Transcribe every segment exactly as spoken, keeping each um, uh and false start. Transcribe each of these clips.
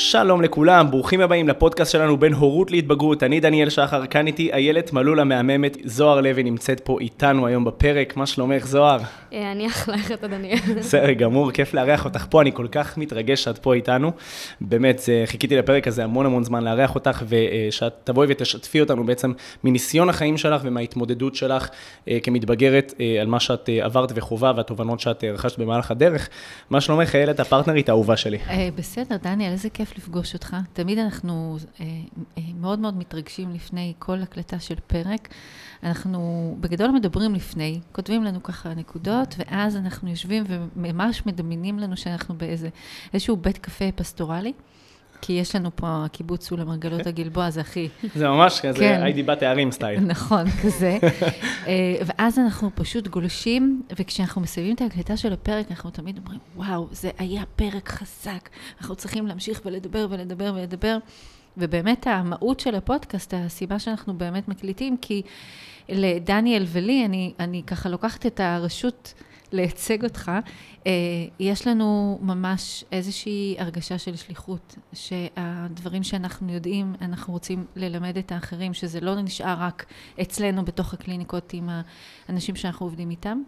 שלום לכולם, ברוכים הבאים לפודקאסט שלנו בין הורות להתבגרות. אני דניאל שחר, כאן איתי איילת מלול המהממת, זוהר לוי נמצאת פה איתנו היום בפרק. מה שלומך זוהר? אני אחלה לך את דניאל. בסדר גמור, כיף לארח אותך פה, אני כל כך מתרגש שאת פה איתנו. באמת, חיכיתי לפרק הזה המון המון זמן לארח אותך, ושאת תבואי ותשתפי אותנו בעצם מניסיון החיים שלך ומההתמודדות שלך כמתבגרת על מה שאת עברת וחובה והתובנות שאת רכשת במהלך הדרך. מה שלומך איילת, הפרטנרית האהובה שלי? בסדר, דניאל, איזה כיף לפגוש אותך. תמיד אנחנו אה, אה, מאוד מאוד מתרגשים לפני כל הקלטה של פרק. אנחנו בגדול מדברים לפני, כותבים לנו ככה נקודות, ואז אנחנו יושבים וממש מדמיינים לנו שאנחנו באיזה, איזשהו בית קפה פסטורלי, כי יש לנו פה הקיבוץ הוא למרגלות הגלבוע, זה הכי... זה ממש כזה, הייתי בת הערים סטייל. נכון, כזה. ואז אנחנו פשוט גולשים, וכשאנחנו מסיימים את ההקלטה של הפרק, אנחנו תמיד אומרים, וואו, זה היה פרק חזק, אנחנו צריכים להמשיך ולדבר ולדבר ולדבר, ובאמת המהות של הפודקאסט, הסיבה שאנחנו באמת מקליטים, כי לדניאל ולי, אני, אני ככה לוקחת את הרשות לייצג אותך, יש לנו ממש איזושהי הרגשה של שליחות, שהדברים שאנחנו יודעים, אנחנו רוצים ללמד את האחרים, שזה לא נשאר רק אצלנו בתוך הקליניקות עם האנשים שאנחנו עובדים איתם.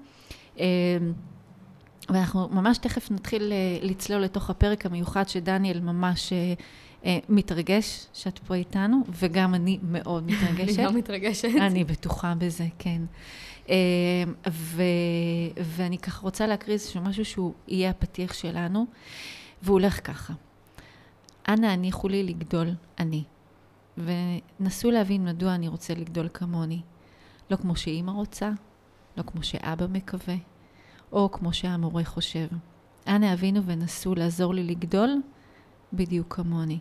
ואנחנו ממש תכף נתחיל לצלול לתוך הפרק המיוחד שדניאל ממש מתרגש שאת פה איתנו, וגם אני מאוד מתרגשת. אני גם מתרגשת. אני בטוחה בזה, כן. ו... ואני ככה רוצה להקריז שמשהו שהוא יהיה הפתיח שלנו, והוא הולך ככה. אנא הניחו לי לגדול אני, ונסו להבין מדוע אני רוצה לגדול כמוני. לא כמו שאמא רוצה, לא כמו שאבא מקווה, או כמו שהמורה חושב. אנא הבינו ונסו לעזור לי לגדול בדיוק כמוני.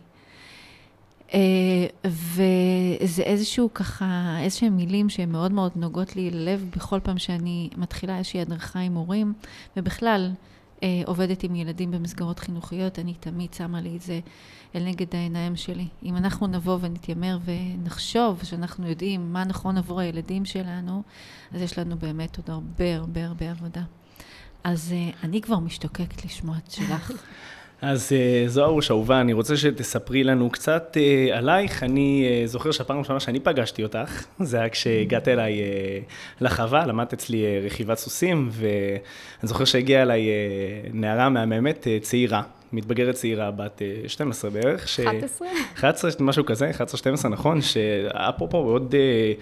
וזה איזשהו ככה, איזשהם מילים שהן מאוד מאוד נוגעות לי ללב בכל פעם שאני מתחילה איזושהי הדרכה עם הורים, ובכלל עובדת עם ילדים במסגרות חינוכיות, אני תמיד שמה לי את זה אל נגד העיניים שלי. אם אנחנו נבוא ונתיימר ונחשוב שאנחנו יודעים מה נכון עבור הילדים שלנו, אז יש לנו באמת עוד הרבה הרבה הרבה עבודה. אז אני כבר משתוקקת לשמוע את שלך. אז זוהר שאהובה, אני רוצה שתספרי לנו קצת עלייך. אני זוכר שהפעם ראשונה שאני פגשתי אותך, זה היה כשהגעת אליי לחווה, למדת אצלי רכיבת סוסים, ואני זוכר שהגיעה אליי נערה מהממת צעירה, מתבגרת צעירה, בת שתים עשרה בערך. אחת עשרה? אחת עשרה, משהו כזה, אחת עשרה שתים עשרה, נכון, שאפרופו בעוד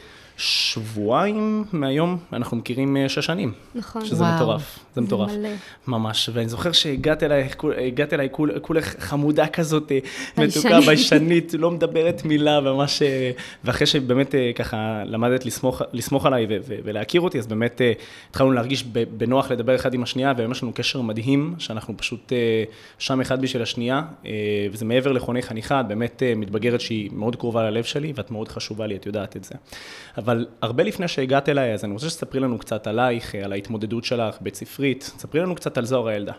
שבועיים מהיום אנחנו מכירים שש שנים. נכון. שזה וואו. מטורף, זה מטורף. זה מלא. ממש, ואני זוכר שהגעת אליי, הגעת אליי כול, כולך חמודה כזאת, מתוקה, ביישנית, לא מדברת מילה, ממש, ואחרי שבאמת ככה למדת לסמוך, לסמוך עליי ו- ו- ולהכיר אותי, אז באמת התחלנו להרגיש בנוח לדבר אחד עם השנייה, והיום יש לנו קשר מדהים, שאנחנו פשוט שם אחד בשביל השנייה, וזה מעבר לחוני חניכה, את באמת מתבגרת שהיא מאוד קרובה ללב שלי, ואת מאוד חשובה לי, את יודעת את זה. אבל הרבה לפני שהגעת אליי, אז אני רוצה שתספרי לנו קצת עלייך, על ההתמודדות שלך, בית ספרית. תספרי לנו קצת על זוהר הילדה.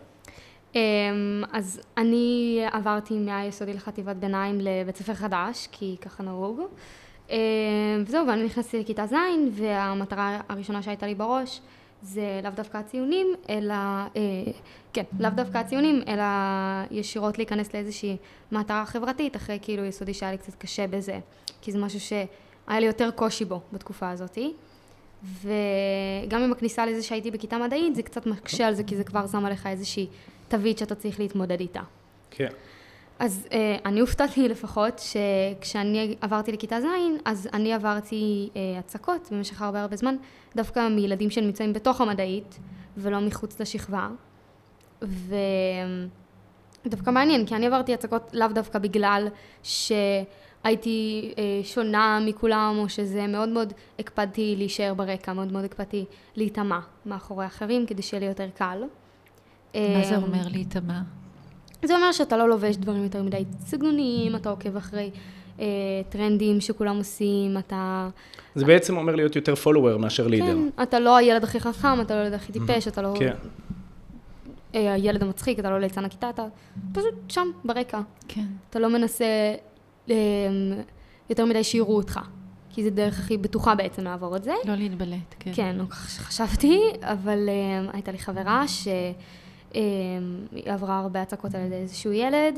אז אני עברתי מהיסודי לחטיבת ביניים לבית ספר חדש, כי ככה נהוג. וזהו, ואני נכנסתי לכיתה ז', והמטרה הראשונה שהייתה לי בראש, זה לאו דווקא הציונים, אלא, כן, לאו דווקא הציונים, אלא ישירות להיכנס לאיזושהי מטרה חברתית, אחרי כאילו יסודי שהיה לי קצת קשה בזה, כי זה משהו ש... היה לי יותר קושי בו בתקופה הזאת, וגם עם הכניסה לזה שהייתי בכיתה מדעית, זה קצת מקשה על זה, כי זה כבר שם עליך איזושהי תווית שאתה צריך להתמודד איתה. כן. אז אה, אני הופתעתי לפחות, שכשאני עברתי לכיתה ז', אז אני עברתי אה, הצקות במשך הרבה הרבה זמן, דווקא מילדים שנמצאים בתוך המדעית, ולא מחוץ לשכבה, ודווקא מעניין, כי אני עברתי הצקות לאו דווקא בגלל ש... הייתי אה, שונה מכולם, או שזה מאוד מאוד הקפדתי להישאר ברקע, מאוד מאוד הקפדתי להתאמה מאחורי אחרים, כדי שיהיה לי יותר קל. מה זה אומר להתאמה? זה אומר שאתה לא לובש דברים יותר מדי סגנוניים, אתה עוקב אחרי אה, טרנדים שכולם עושים, אתה... זה בעצם אומר להיות יותר פולוור מאשר לידר. כן, אתה לא הילד הכי חכם, אתה לא הילד הכי טיפש, אתה לא... כן. אה, הילד המצחיק, אתה לא ליצן הכיתה, אתה פשוט שם ברקע. כן. אתה לא מנסה... יותר מדי שירו אותך, כי זה דרך הכי בטוחה בעצם לעבור את זה. לא להתבלט, כן. כן, חשבתי, אבל הייתה לי חברה ש... היא עברה הרבה הצקות על ידי איזשהו ילד,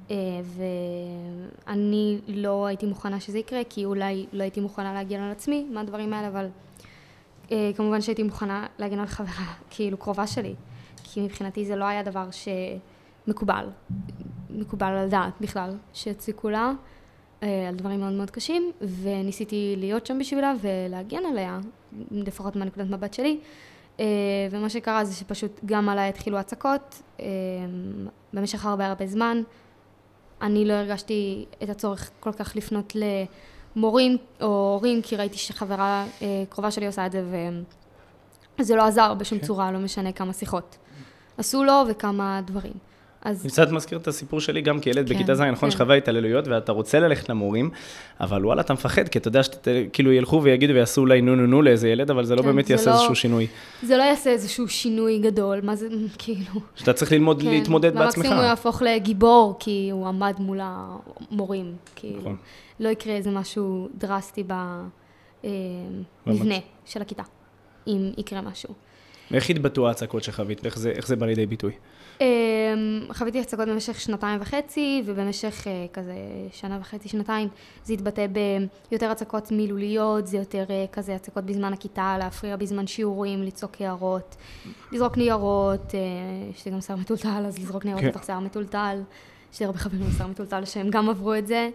ואני לא הייתי מוכנה שזה יקרה, כי אולי לא הייתי מוכנה להגן על עצמי מהדברים האלה, אבל כמובן שהייתי מוכנה להגן על חברה, כאילו קרובה שלי, כי מבחינתי זה לא היה דבר שמקובל, מקובל על דעת בכלל, שהציקו לה על דברים מאוד מאוד קשים, וניסיתי להיות שם בשבילה ולהגן עליה, לפחות מהנקודת מבט שלי, ומה שקרה זה שפשוט גם עליי התחילו הצקות, במשך הרבה הרבה זמן, אני לא הרגשתי את הצורך כל כך לפנות למורים או הורים, כי ראיתי שחברה קרובה שלי עושה את זה, וזה לא עזר בשום צורה, לא משנה כמה שיחות. עשו לו וכמה דברים. אז... אני קצת מזכיר את הסיפור שלי גם כילד בכיתה ז', נכון, שחווה התעללויות, ואתה רוצה ללכת למורים, אבל וואלה, אתה מפחד, כי אתה יודע שכאילו ילכו ויגידו ויעשו אולי נו נו נו לאיזה ילד, אבל זה לא באמת יעשה איזשהו שינוי. זה לא יעשה איזשהו שינוי גדול, מה זה, כאילו... שאתה צריך ללמוד להתמודד בעצמך. במקסימום הוא יהפוך לגיבור, כי הוא עמד מול המורים, כאילו. לא יקרה איזה משהו דרסטי במבנה של הכיתה, אם יקרה משהו. ואיך התבטאו ההצקות שחווית? איך זה בא לידי ביטוי? חוויתי הצקות במשך שנתיים וחצי, ובמשך כזה שנה וחצי, שנתיים, זה התבטא ביותר הצקות מילוליות, זה יותר כזה הצקות בזמן הכיתה, להפריע בזמן שיעורים, לצעוק הערות, לזרוק ניירות, יש לי גם שיער מטולטל, אז לזרוק ניירות לתוך שיער מטולטל, יש לי הרבה חברים עם שיער מטולטל שהם גם עברו את זה.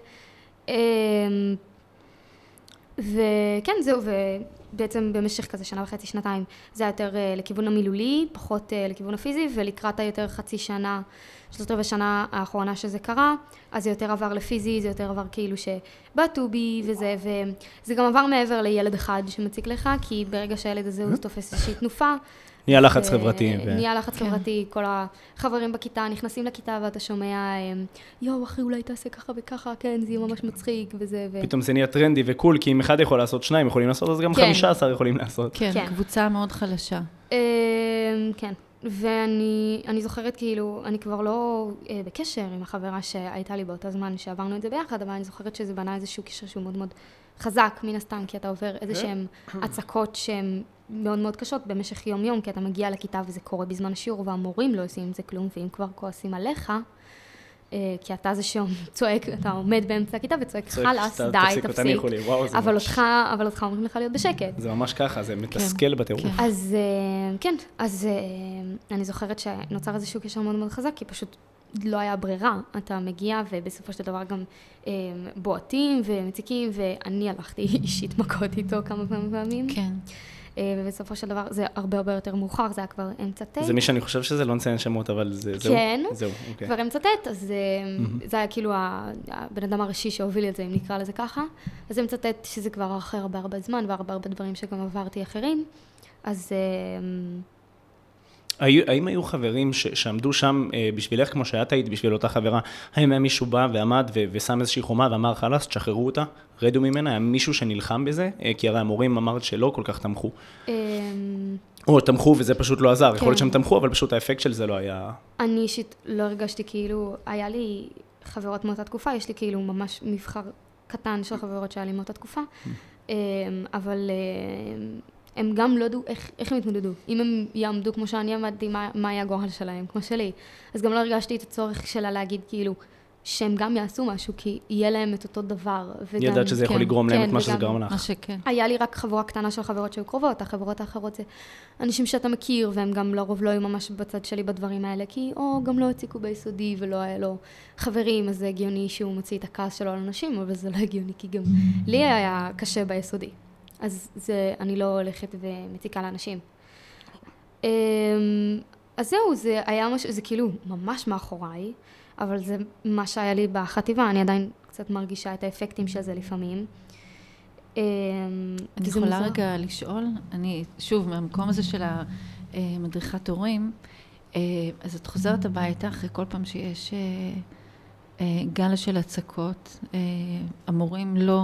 וכן, זהו, ובעצם במשך כזה שנה וחצי, שנתיים, זה היה יותר לכיוון המילולי, פחות לכיוון הפיזי, ולקראת היותר חצי שנה, שלושת רבעי שנה האחרונה שזה קרה, אז זה יותר עבר לפיזי, זה יותר עבר כאילו שבאתו בי וזה, וזה גם עבר מעבר לילד אחד שמציק לך, כי ברגע שהילד הזה הוא תופס איזושהי תנופה, נהיה לחץ חברתי. נהיה לחץ חברתי, כל החברים בכיתה נכנסים לכיתה ואתה שומע, יואו, אחי, אולי תעשה ככה וככה, כן, זה יהיה ממש מצחיק וזה. פתאום זה נהיה טרנדי וקול, כי אם אחד יכול לעשות, שניים יכולים לעשות, אז גם חמישה עשר יכולים לעשות. כן, קבוצה מאוד חלשה. כן, ואני זוכרת כאילו, אני כבר לא בקשר עם החברה שהייתה לי באותה זמן שעברנו את זה ביחד, אבל אני זוכרת שזה בנה איזשהו קשר שהוא מאוד מאוד חזק, מן הסתם, כי אתה עובר איזשהם הצקות שהן מאוד מאוד קשות במשך יום יום, כי אתה מגיע לכיתה וזה קורה בזמן השיעור, והמורים לא עושים את זה כלום, ואם כבר כועסים עליך, כי אתה זה שצועק, אתה עומד באמצע הכיתה וצועק חלאס, די, תפסיק, אבל אותך, אבל אותך אומרים לך להיות בשקט. זה ממש ככה, זה מתסכל בטירוף. אז כן, אז אני זוכרת שנוצר איזשהו קשר מאוד מאוד חזק, כי פשוט לא היה ברירה, אתה מגיע ובסופו של דבר גם בועטים ומציקים, ואני הלכתי אישית מכות איתו כמה פעמים. כן. ובסופו של דבר זה הרבה הרבה יותר מאוחר, זה היה כבר אמצע ט'. זה מי שאני חושב שזה לא נציין שמות, אבל זה, זהו. כן, זהו, אוקיי. כבר אמצע ט', אז זה היה כאילו הבן אדם הראשי שהוביל את זה, אם נקרא לזה ככה. אז אמצע ט' שזה כבר אחרי הרבה הרבה זמן, והרבה הרבה דברים שגם עברתי אחרים. אז... האם היו חברים שעמדו שם בשבילך, כמו שאת היית בשביל אותה חברה, האם היה מישהו בא ועמד ושם איזושהי חומה ואמר חלאס, תשחררו אותה, רדו ממנה, היה מישהו שנלחם בזה? כי הרי המורים אמרת שלא כל כך תמכו. או תמכו וזה פשוט לא עזר, יכול להיות שהם תמכו, אבל פשוט האפקט של זה לא היה... אני אישית לא הרגשתי כאילו, היה לי חברות מאותה תקופה, יש לי כאילו ממש מבחר קטן של חברות שהיה לי מאותה תקופה, אבל... הם גם לא ידעו איך, איך הם התמודדו. אם הם יעמדו כמו שאני עמדתי, מה, מה היה הגורל שלהם, כמו שלי. אז גם לא הרגשתי את הצורך שלה להגיד כאילו, שהם גם יעשו משהו, כי יהיה להם את אותו דבר. וגם, ידעת שזה יכול כן, לגרום כן, להם את מה וגם, שזה גרם לך. מה שכן. היה לי רק חבורה קטנה של חברות שהיו קרובות, החברות האחרות זה אנשים שאתה מכיר, והם גם לרוב לא היו ממש בצד שלי בדברים האלה, כי או גם לא הציקו ביסודי ולא היה לו חברים, אז זה הגיוני שהוא מוציא את הכעס שלו על אנשים, אבל זה לא הגיוני, כי גם לי היה קשה ביסודי. אז זה, אני לא הולכת ומציקה לאנשים. אז זהו, זה היה משהו, זה כאילו ממש מאחוריי, אבל זה מה שהיה לי בחטיבה, אני עדיין קצת מרגישה את האפקטים של זה לפעמים. אני יכולה רגע לשאול, אני, שוב, מהמקום הזה של המדריכת הורים, אז את חוזרת הביתה אחרי כל פעם שיש גל של הצקות, המורים לא...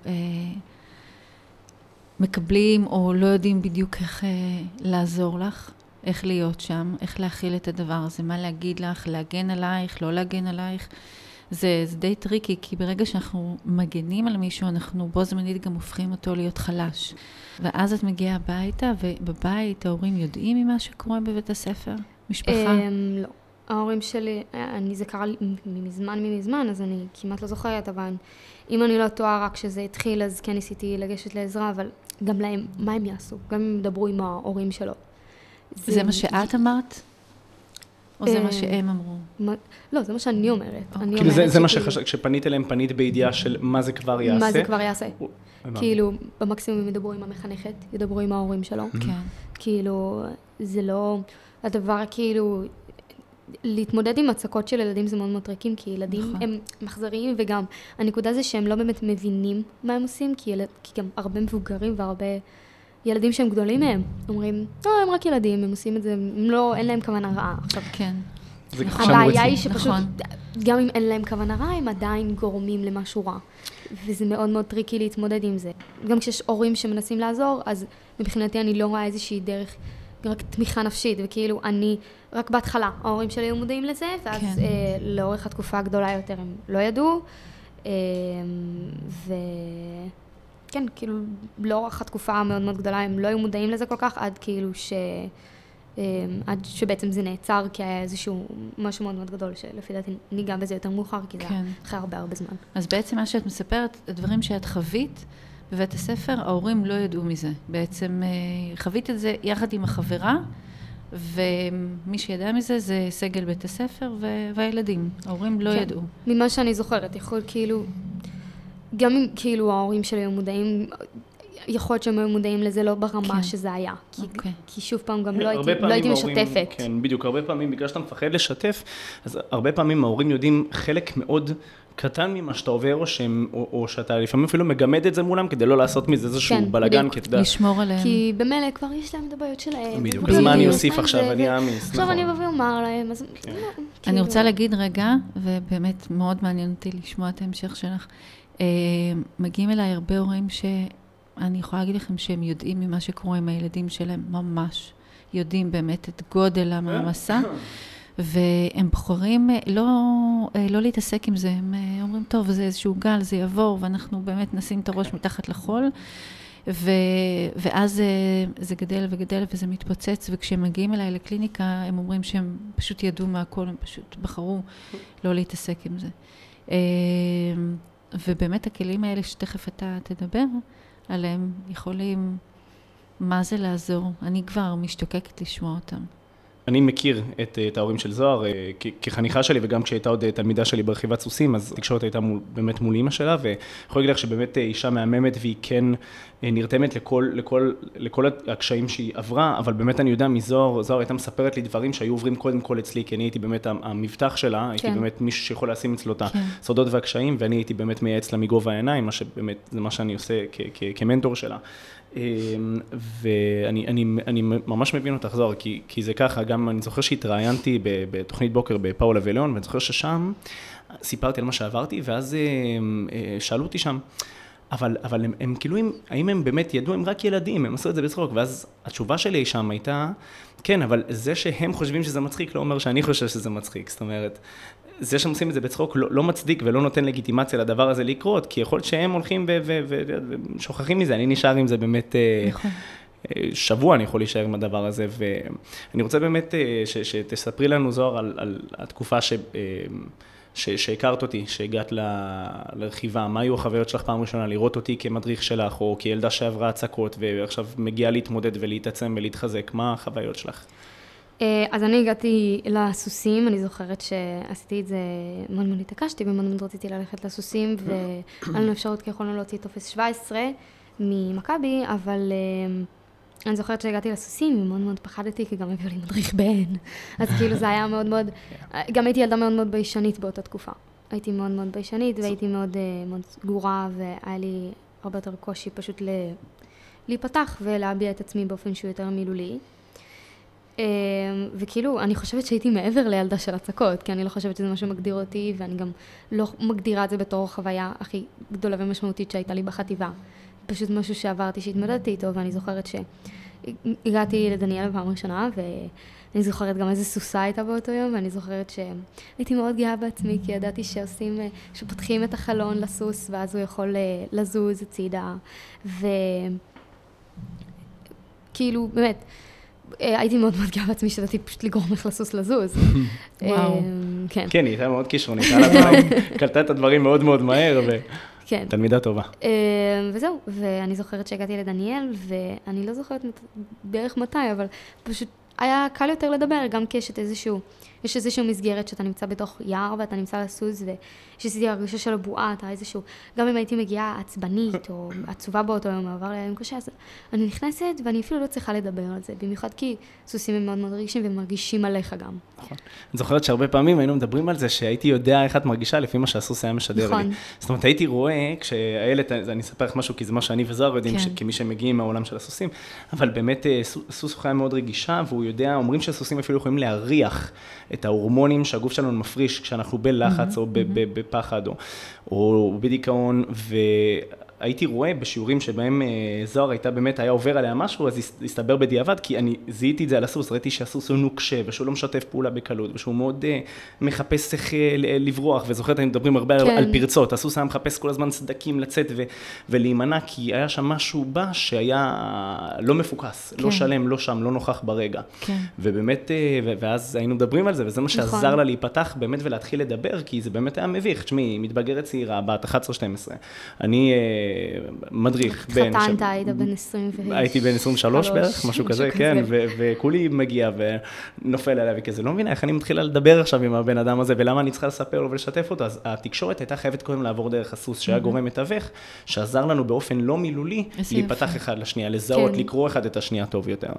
מקבלים או לא יודעים בדיוק איך אה, לעזור לך, איך להיות שם, איך להכיל את הדבר הזה, מה להגיד לך, להגן עלייך, לא להגן עלייך. זה, זה די טריקי, כי ברגע שאנחנו מגנים על מישהו, אנחנו בו זמנית גם הופכים אותו להיות חלש. ואז את מגיעה הביתה, ובבית ההורים יודעים ממה שקורה בבית הספר? משפחה? לא. ההורים שלי, אני, זה קרה לי מזמן ממזמן, אז אני כמעט לא זוכרת, אבל אם אני לא טועה, רק כשזה התחיל, אז כן ניסיתי לגשת לעזרה, אבל גם להם, מה הם יעשו? גם אם ידברו עם ההורים שלו. זה, זה מה שאת אמרת? או זה מה שהם אמרו? מה, לא, זה מה שאני אומרת. אני כאילו אומרת זה, זה מה שכאילו, שחשבת, כשפנית אליהם, פנית בידיעה של מה זה כבר יעשה? מה זה כבר יעשה. הבנתי. כאילו, במקסימום הם ידברו עם המחנכת, ידברו עם ההורים שלו. כן. כאילו, זה לא, הדבר כאילו, להתמודד עם הצקות של ילדים זה מאוד מאוד טריקים, כי ילדים נכון. הם מחזריים, וגם הנקודה זה שהם לא באמת מבינים מה הם עושים, כי, ילד, כי גם הרבה מבוגרים והרבה ילדים שהם גדולים מהם, אומרים, לא, הם רק ילדים, הם עושים את זה, הם לא, אין להם כוונה רעה. עכשיו, כן. זה שם הבעיה רוצים. היא שפשוט, נכון. גם אם אין להם כוונה רעה, הם עדיין גורמים למשהו רע. וזה מאוד מאוד טריקי להתמודד עם זה. גם כשיש הורים שמנסים לעזור, אז מבחינתי אני לא רואה איזושהי דרך, רק תמיכה נפשית, וכאילו אני, רק בהתחלה, ההורים שלי היו מודעים לזה, ואז כן. אה, לאורך התקופה הגדולה יותר הם לא ידעו, אה, וכן, כאילו, לאורך התקופה המאוד מאוד גדולה הם לא היו מודעים לזה כל כך, עד כאילו ש... עד שבעצם זה נעצר, כי היה איזשהו משהו מאוד מאוד גדול, שלפי דעתי ניגע בזה יותר מאוחר, כי זה כן. אחרי הרבה הרבה זמן. אז בעצם מה שאת מספרת, הדברים שאת חווית בבית הספר, ההורים לא ידעו מזה. בעצם חווית את זה יחד עם החברה, ומי שידע מזה זה סגל בית הספר והילדים. ההורים לא כן. ידעו. ממה שאני זוכרת, יכול כאילו, גם אם כאילו ההורים שלי היו מודעים, יכול להיות שהם היו מודעים לזה לא ברמה כן. שזה היה. כי, אוקיי. כי שוב פעם גם לא הרבה הייתי, לא פעמים הייתי ההורים- משתפת. כן, בדיוק, הרבה פעמים בגלל שאתה מפחד לשתף, אז הרבה פעמים ההורים יודעים חלק מאוד קטן ממה שאתה עובר, או, שהם, או, או שאתה לפעמים אפילו מגמד את זה מולם, כדי לא לעשות מזה איזשהו כן, בלגן, בדיוק. כי אתה יודע, לשמור עליהם. כי במילא כבר יש להם את הבעיות שלהם. בדיוק, ובריאות, אז מה אני וזה, אוסיף עכשיו, ו- אני אעמיס, עכשיו נכון. אני אבוא ואומר להם, אז... לא, אני כאילו- רוצה להגיד רגע, ובאמת מאוד מעניין אותי לשמוע את ההמשך שלך. אה, מגיעים אליי הרבה הורים שאני יכולה להגיד לכם שהם יודעים ממה שקורה עם הילדים שלהם, ממש יודעים באמת את גודל המעמסה, והם בוחרים לא, לא להתעסק עם זה, הם אומרים, טוב, זה איזשהו גל, זה יעבור, ואנחנו באמת נשים את הראש מתחת לחול, ו, ואז זה גדל וגדל וזה מתפוצץ, וכשהם מגיעים אליי לקליניקה, הם אומרים שהם פשוט ידעו מהכל, הם פשוט בחרו לא להתעסק עם זה. ובאמת הכלים האלה שתכף אתה תדבר עליהם, יכולים, מה זה לעזור? אני כבר משתוקקת לשמוע אותם. אני מכיר את, את ההורים של זוהר כ- כחניכה שלי, וגם כשהייתה עוד תלמידה שלי ברכיבת סוסים, אז התקשורת הייתה מול, באמת מול אמא שלה, ויכול להגיד לך שבאמת אישה מהממת, והיא כן נרתמת לכל, לכל, לכל הקשיים שהיא עברה, אבל באמת אני יודע מזוהר, זוהר הייתה מספרת לי דברים שהיו עוברים קודם כל אצלי, כי אני הייתי באמת המבטח שלה, כן. הייתי באמת מישהו שיכול לשים אצלו את כן. הסודות והקשיים, ואני הייתי באמת מייעץ לה מגובה העיניים, מה שבאמת זה מה שאני עושה כ- כ- כמנטור שלה. ואני אני, אני ממש מבין אותך זוהר, כי, כי זה ככה, גם אני זוכר שהתראיינתי בתוכנית בוקר בפאולה וליאון, ואני זוכר ששם סיפרתי על מה שעברתי, ואז שאלו אותי שם, אבל, אבל הם, הם כאילו, האם הם באמת ידעו, הם רק ילדים, הם עשו את זה בצחוק, ואז התשובה שלי שם הייתה, כן, אבל זה שהם חושבים שזה מצחיק, לא אומר שאני חושב שזה מצחיק, זאת אומרת, זה שהם עושים את זה בצחוק לא, לא מצדיק ולא נותן לגיטימציה לדבר הזה לקרות, כי יכול להיות שהם הולכים ושוכחים מזה, אני נשאר עם זה באמת נכון. שבוע, אני יכול להישאר עם הדבר הזה, ואני רוצה באמת ש, שתספרי לנו זוהר על, על התקופה ש, ש, שהכרת אותי, שהגעת ל, לרכיבה, מה היו החוויות שלך פעם ראשונה, לראות אותי כמדריך שלך, או כילדה שעברה הצקות, ועכשיו מגיעה להתמודד ולהתעצם ולהתחזק, מה החוויות שלך? אז אני הגעתי לסוסים, אני זוכרת שעשיתי את זה, מאוד מאוד התעקשתי, ומאוד מאוד רציתי ללכת לסוסים, והיה לנו אפשרות כי יכולנו להוציא טופס שבע עשרה ממכבי, אבל אני זוכרת שהגעתי לסוסים, ומאוד מאוד פחדתי, כי גם הביאו לי מדריך בן, אז כאילו זה היה מאוד מאוד, גם הייתי ילדה מאוד מאוד ביישנית באותה תקופה. הייתי מאוד מאוד ביישנית, והייתי מאוד מאוד סגורה, והיה לי הרבה יותר קושי פשוט להיפתח ולהביע את עצמי באופן שהוא יותר מילולי. וכאילו, אני חושבת שהייתי מעבר לילדה של הצקות, כי אני לא חושבת שזה משהו מגדיר אותי, ואני גם לא מגדירה את זה בתור החוויה הכי גדולה ומשמעותית שהייתה לי בחטיבה. פשוט משהו שעברתי, שהתמודדתי איתו, ואני זוכרת שהגעתי לדניאל בפעם ראשונה, ואני זוכרת גם איזה סוסה הייתה באותו יום, ואני זוכרת שהייתי מאוד גאה בעצמי, כי ידעתי שעושים, שפותחים את החלון לסוס, ואז הוא יכול לזוז הצידה, וכאילו, באמת, הייתי מאוד מאוד גאה בעצמי שדעתי פשוט לגרום לך לסוס לזוז. וואו. כן. כן, היא הייתה מאוד כישרונית, קלטה את הדברים מאוד מאוד מהר, ותלמידה טובה. וזהו, ואני זוכרת שהגעתי לדניאל, ואני לא זוכרת בערך מתי, אבל פשוט היה קל יותר לדבר, גם כשיש איזשהו, יש איזשהו מסגרת שאתה נמצא בתוך יער, ואתה נמצא לסוס, ויש איזושהי הרגשה של הבועה, אתה איזשהו, גם אם הייתי מגיעה עצבנית, או עצובה באותו יום, עבר לימים קשה, אז אני נכנסת, ואני אפילו לא צריכה לדבר על זה, במיוחד כי סוסים הם מאוד מאוד רגישים, ומרגישים עליך גם. נכון. אני זוכרת שהרבה פעמים היינו מדברים על זה, שהייתי יודע איך את מרגישה, לפי מה שהסוס היה משדר לי. זאת אומרת, הייתי רואה, כשהילד, אני אספר לך משהו, כי זה מה שאני וזוהר יודעים, כמי שמגיעים מהעולם של הסוסים, אבל באמת סוס הוא חיה מאוד רגישה, והוא יודע, אומרים שהסוסים אפילו יכולים להריח את ההורמונים שהגוף שלנו מפריש כשאנחנו בלחץ או בפחד או בדיכאון, והייתי רואה בשיעורים שבהם זוהר הייתה באמת, היה עובר עליה משהו, אז הסתבר בדיעבד, כי אני זיהיתי את זה על הסוס, ראיתי שהסוס הוא נוקשה ושהוא לא משתף פעולה בקלות, ושהוא מאוד מחפש איך לברוח, וזוכרת, אני מדברים הרבה על פרצות, הסוס היה מחפש כל הזמן סדקים לצאת ולהימנע, כי היה שם משהו בה שהיה לא מפוקס, לא שלם, לא שם, לא נוכח ברגע. ובאמת, ואז היינו מדברים על זה, וזה מה שעזר לה להיפתח באמת ולהתחיל לדבר, כי זה באמת היה מביך. תשמעי, מתבגרת צעירה, בת אחת עשרה שתים עשרה. אני מדריך בין... התחתנת, היית בן עשרים וחמש. הייתי בן עשרים ושלוש בערך, משהו כזה, כן, וכולי מגיע ונופל עליה, וכזה, לא מבינה איך אני מתחילה לדבר עכשיו עם הבן אדם הזה, ולמה אני צריכה לספר לו ולשתף אותו. אז התקשורת הייתה חייבת קודם לעבור דרך הסוס, שהיה גורם מתווך, שעזר לנו באופן לא מילולי, להיפתח אחד לשנייה, לזהות, לקרוא אחד את השנייה טוב יותר.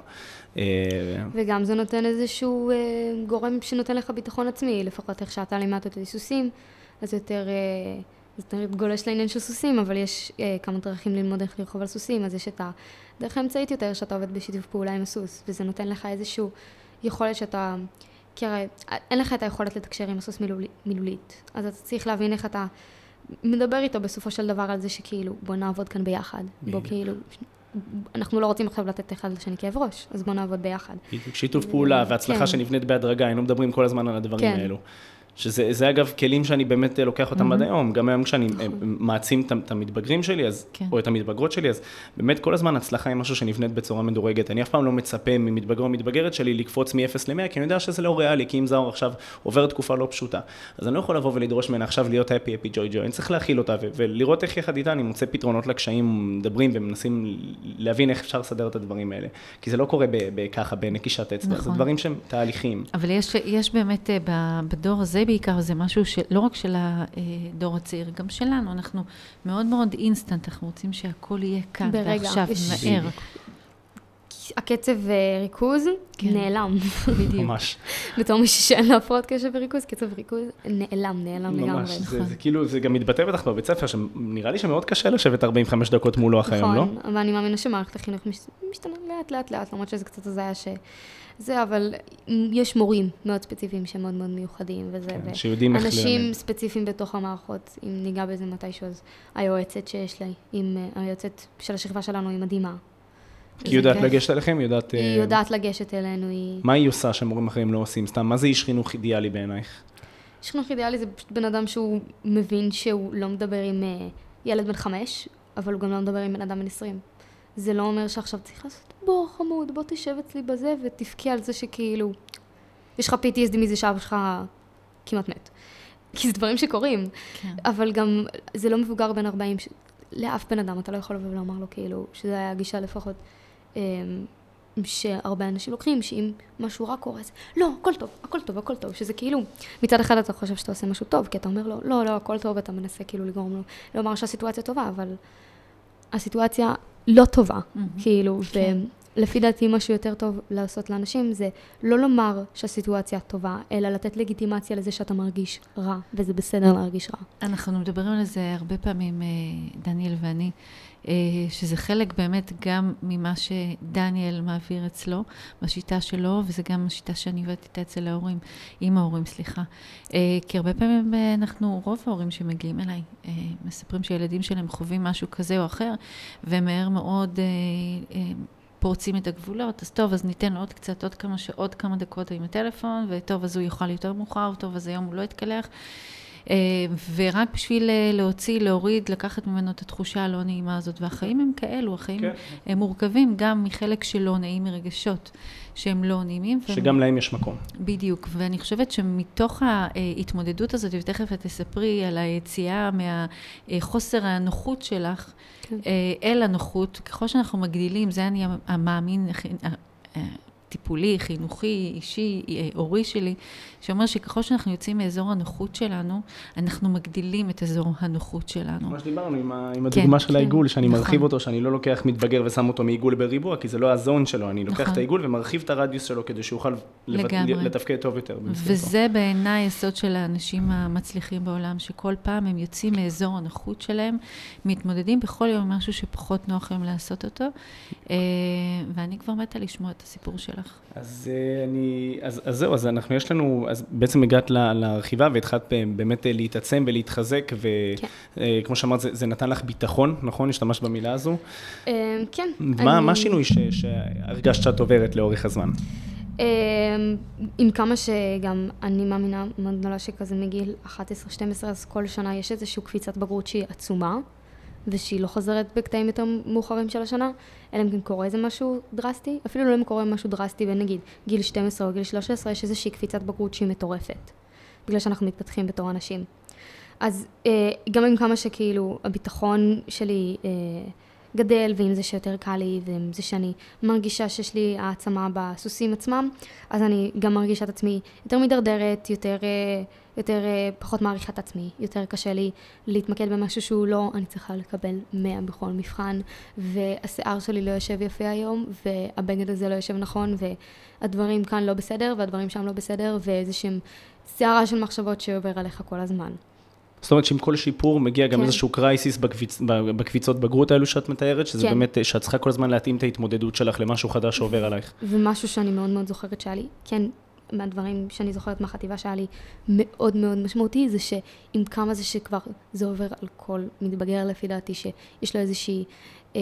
וגם זה נותן איזשהו גורם שנותן לך ביטחון עצמי, לפחות איך שאתה לימדת אותי סוסים, אז יותר, זה יותר גולש לעניין של סוסים, אבל יש כמה דרכים ללמוד איך לרחוב על סוסים, אז יש את הדרך האמצעית יותר שאתה עובד בשיתוף פעולה עם הסוס, וזה נותן לך איזשהו יכולת שאתה, כי הרי אין לך את היכולת לתקשר עם הסוס מילולית, אז אתה צריך להבין איך אתה מדבר איתו בסופו של דבר על זה שכאילו בוא נעבוד כאן ביחד, בוא כאילו... אנחנו לא רוצים עכשיו לתת אחד לשני כאב ראש, אז בואו נעבוד ביחד. שיתוף פעולה והצלחה שנבנית בהדרגה, היינו מדברים כל הזמן על הדברים האלו. שזה אגב כלים שאני באמת לוקח אותם עד היום, גם היום כשאני מעצים את המתבגרים שלי, או את המתבגרות שלי, אז באמת כל הזמן הצלחה היא משהו שנבנית בצורה מדורגת. אני אף פעם לא מצפה ממתבגר או מתבגרת שלי לקפוץ מ-אפס ל-מאה, כי אני יודע שזה לא ריאלי, כי אם זוהר עכשיו עובר תקופה לא פשוטה. אז אני לא יכול לבוא ולדרוש ממנה עכשיו להיות happy, happy, joy, joy. אני צריך להכיל אותה ולראות איך יחד איתה אני מוצא פתרונות לקשיים, מדברים ומנסים להבין איך אפשר לסדר את הדברים האלה. כי זה לא קורה ככה, בנקישת אצבע. זה דברים שהם תהליכים. אבל יש, יש באמת בדור הזה בעיקר זה משהו שלא רק של הדור הצעיר, גם שלנו, אנחנו מאוד מאוד אינסטנט, אנחנו רוצים שהכל יהיה כאן, ועכשיו, מהר. הקצב ריכוז נעלם. בדיוק. ממש. בתור מישהו שאין לה הפרעות קשב וריכוז, קצב ריכוז נעלם, נעלם לגמרי. ממש, זה כאילו, זה גם מתבטא בטח בבית ספר, שנראה לי שמאוד קשה לשבת ארבעים וחמש דקות מולו אחרי היום, לא? נכון, אבל אני מאמינה שמערכת החינוך משתנה לאט לאט לאט, למרות שזה קצת הזיה ש... זה, אבל יש מורים מאוד ספציפיים שהם מאוד מאוד מיוחדים, וזה, כן, שיודעים איך אנשים ללמד. ספציפיים בתוך המערכות, אם ניגע בזה מתישהו, אז היועצת שיש לי, עם היועצת של השכבה שלנו, היא מדהימה. כי היא יודעת לגשת אליכם? יודעת... היא יודעת לגשת אלינו, היא... מה היא עושה שמורים אחרים לא עושים? סתם, מה זה איש חינוך אידיאלי בעינייך? איש חינוך אידיאלי זה פשוט בן אדם שהוא מבין שהוא לא מדבר עם ילד בן חמש, אבל הוא גם לא מדבר עם בן אדם בן עשרים. זה לא אומר שעכשיו צריך לעשות, בוא חמוד, בוא תשב אצלי בזה ותפקי על זה שכאילו, יש לך פי טי אס די מזה שאבא שלך כמעט מת. כי זה דברים שקורים. כן. אבל גם זה לא מבוגר בין ארבעים, ש... לאף בן אדם אתה לא יכול לבוא ולומר לו כאילו, שזה היה גישה לפחות, שהרבה אנשים לוקחים, שאם משהו רע קורה, אז לא, הכל טוב, הכל טוב, הכל טוב, שזה כאילו, מצד אחד אתה חושב שאתה עושה משהו טוב, כי אתה אומר לו, לא, לא, הכל טוב, אתה מנסה כאילו לגרום לו, לומר שהסיטואציה טובה, אבל הסיטואציה לא טובה, כאילו, ולפי דעתי משהו יותר טוב לעשות לאנשים, זה לא לומר שהסיטואציה טובה, אלא לתת לגיטימציה לזה שאתה מרגיש רע, וזה בסדר להרגיש רע. אנחנו מדברים על זה הרבה פעמים, דניאל ואני, שזה חלק באמת גם ממה שדניאל מעביר אצלו, בשיטה שלו, וזה גם השיטה שאני עובדת איתה אצל ההורים, עם ההורים, סליחה. כי הרבה פעמים אנחנו, רוב ההורים שמגיעים אליי, מספרים שילדים שלהם חווים משהו כזה או אחר, ומהר מאוד פורצים את הגבולות, אז טוב, אז ניתן לו עוד קצת, עוד כמה שעות, כמה דקות עם הטלפון, וטוב, אז הוא יוכל יותר מאוחר, טוב, אז היום הוא לא יתקלח. ורק בשביל להוציא, להוריד, לקחת ממנו את התחושה הלא נעימה הזאת, והחיים הם כאלו, החיים הם מורכבים גם מחלק שלא נעים מרגשות, שהם לא נעימים. שגם להם יש מקום. בדיוק, ואני חושבת שמתוך ההתמודדות הזאת, ותכף את תספרי על היציאה מהחוסר הנוחות שלך, אל הנוחות, ככל שאנחנו מגדילים, זה אני המאמין טיפולי, חינוכי, אישי, אורי שלי, שאומר שככל שאנחנו יוצאים מאזור הנוחות שלנו, אנחנו מגדילים את אזור הנוחות שלנו. מה שדיברנו עם, עם הדוגמה של העיגול, שאני מרחיב אותו, שאני לא לוקח מתבגר ושם אותו מעיגול בריבוע, כי זה לא הזון שלו, אני לוקח את העיגול ומרחיב את הרדיוס שלו, כדי שיוכל לתפקד טוב יותר. וזה בעיניי היסוד של האנשים המצליחים בעולם, שכל פעם הם יוצאים מאזור הנוחות שלהם, מתמודדים בכל יום משהו שפחות נוח להם לעשות אותו, ואני כבר מתה לשמוע את הסיפור שלך. אז אני, אז, אז זהו, אז אנחנו, יש לנו, אז בעצם הגעת לרכיבה והתחלת באמת להתעצם ולהתחזק, וכמו שאמרת, זה, זה נתן לך ביטחון, נכון? השתמשת במילה הזו? כן. מה, מה השינוי שהרגשת שאת עוברת לאורך הזמן? עם כמה שגם אני מאמינה מאוד גדולה שכזה מגיל אחת עשרה שתים עשרה, אז כל שנה יש איזושהי קפיצת בגרות שהיא עצומה, ושהיא לא חוזרת בקטעים יותר מאוחרים של השנה, אלא אם כן קורה איזה משהו דרסטי, אפילו לא אם קורה משהו דרסטי, ונגיד גיל שתים עשרה או גיל שלוש עשרה, יש איזושהי קפיצת בגרות שהיא מטורפת, בגלל שאנחנו מתפתחים בתור אנשים. אז גם עם כמה שכאילו הביטחון שלי גדל, ועם זה שיותר קל לי, ועם זה שאני מרגישה שיש לי העצמה בסוסים עצמם, אז אני גם מרגישה את עצמי יותר מדרדרת, יותר, יותר פחות מעריכה את עצמי, יותר קשה לי להתמקד במשהו שהוא לא, אני צריכה לקבל מאה בכל מבחן, והשיער שלי לא יושב יפה היום, והבגד הזה לא יושב נכון, והדברים כאן לא בסדר, והדברים שם לא בסדר, ואיזושהי שערה של מחשבות שעובר עליך כל הזמן. זאת אומרת שעם כל שיפור מגיע גם איזשהו קרייסיס בקביצ... בקביצות בגרות האלו שאת מתארת, שזה כן. באמת שאת צריכה כל הזמן להתאים את ההתמודדות שלך למשהו חדש שעובר עלייך. ומשהו שאני מאוד מאוד זוכרת שהיה לי, כן, מהדברים שאני זוכרת מהחטיבה שהיה לי מאוד מאוד משמעותי, זה שעם כמה זה שכבר זה עובר על כל מתבגר לפי דעתי, שיש לו איזושהי אה,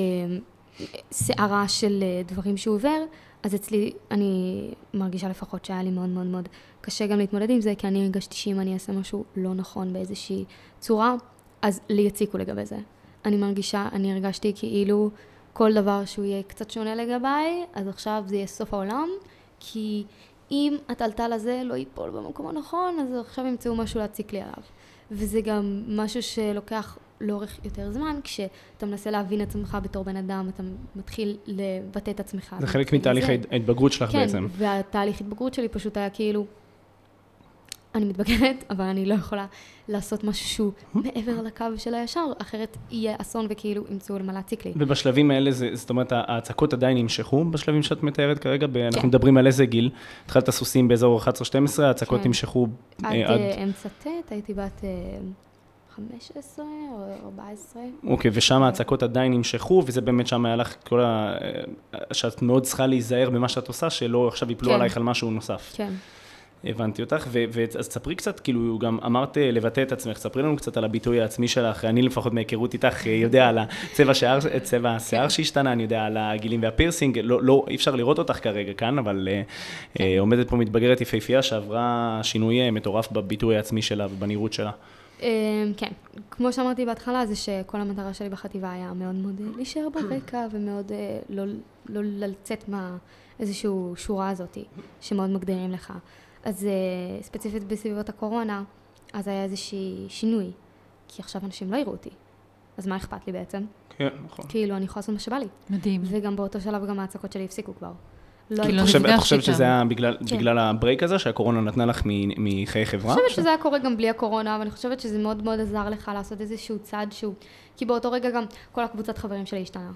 שערה של דברים שהוא עובר, אז אצלי אני מרגישה לפחות שהיה לי מאוד מאוד מאוד קשה גם להתמודד עם זה, כי אני הרגשתי שאם אני אעשה משהו לא נכון באיזושהי צורה, אז לי יציקו לגבי זה. אני מרגישה, אני הרגשתי כאילו כל דבר שהוא יהיה קצת שונה לגביי, אז עכשיו זה יהיה סוף העולם, כי אם הטלטל הזה לא ייפול במקום הנכון, אז עכשיו ימצאו משהו להציק לי עליו. וזה גם משהו שלוקח לאורך יותר זמן, כשאתה מנסה להבין את עצמך בתור בן אדם, אתה מתחיל לבטא את עצמך. זה חלק מתהליך ההתבגרות שלך כן, בעצם. כן, והתהליך ההתבגרות שלי פשוט היה כאילו, אני מתבגרת, אבל אני לא יכולה לעשות משהו שהוא מעבר לקו של הישר, אחרת יהיה אסון וכאילו ימצאו למה להציק לי. ובשלבים האלה, זאת אומרת, ההצקות עדיין נמשכו בשלבים שאת מתארת כרגע, אנחנו מדברים על איזה גיל, התחלת הסוסים באזור אחת עשרה שתים עשרה, ההצקות נמשכו עד... עד אמצע ט', הייתי בת חמש עשרה או ארבע עשרה. אוקיי, ושם ההצקות עדיין נמשכו, וזה באמת שם היה לך כל ה... שאת מאוד צריכה להיזהר במה שאת עושה, שלא עכשיו יפלו עלייך על משהו נוסף. כן. הבנתי אותך, ואז תספרי קצת, כאילו גם אמרת לבטא את עצמך, תספרי לנו קצת על הביטוי העצמי שלך, אני לפחות מהיכרות איתך יודע על הצבע שיער, צבע השיער שהשתנה, אני יודע על הגילים והפירסינג, לא, לא, אי אפשר לראות אותך כרגע כאן, אבל עומדת פה מתבגרת יפהפייה שעברה שינוי מטורף בביטוי העצמי שלה ובנראות שלה. כן, כמו שאמרתי בהתחלה, זה שכל המטרה שלי בחטיבה היה מאוד מאוד להישאר ברקע, ומאוד לא לצאת מאיזושהי שורה הזאת, שמאוד מגדירים לך. אז ספציפית בסביבות הקורונה, אז היה איזושהי שינוי, כי עכשיו אנשים לא יראו אותי. אז מה אכפת לי בעצם? כן, נכון. כאילו, אני יכולה לעשות מה שבא לי. מדהים. וגם באותו שלב גם ההצקות שלי הפסיקו כבר. את חושבת שזה היה בגלל הברייק הזה, שהקורונה נתנה לך מחיי חברה? אני חושבת שזה היה קורה גם בלי הקורונה, אבל אני חושבת שזה מאוד מאוד עזר לך לעשות איזשהו צעד שהוא, כי באותו רגע גם כל הקבוצת חברים שלי השתנה.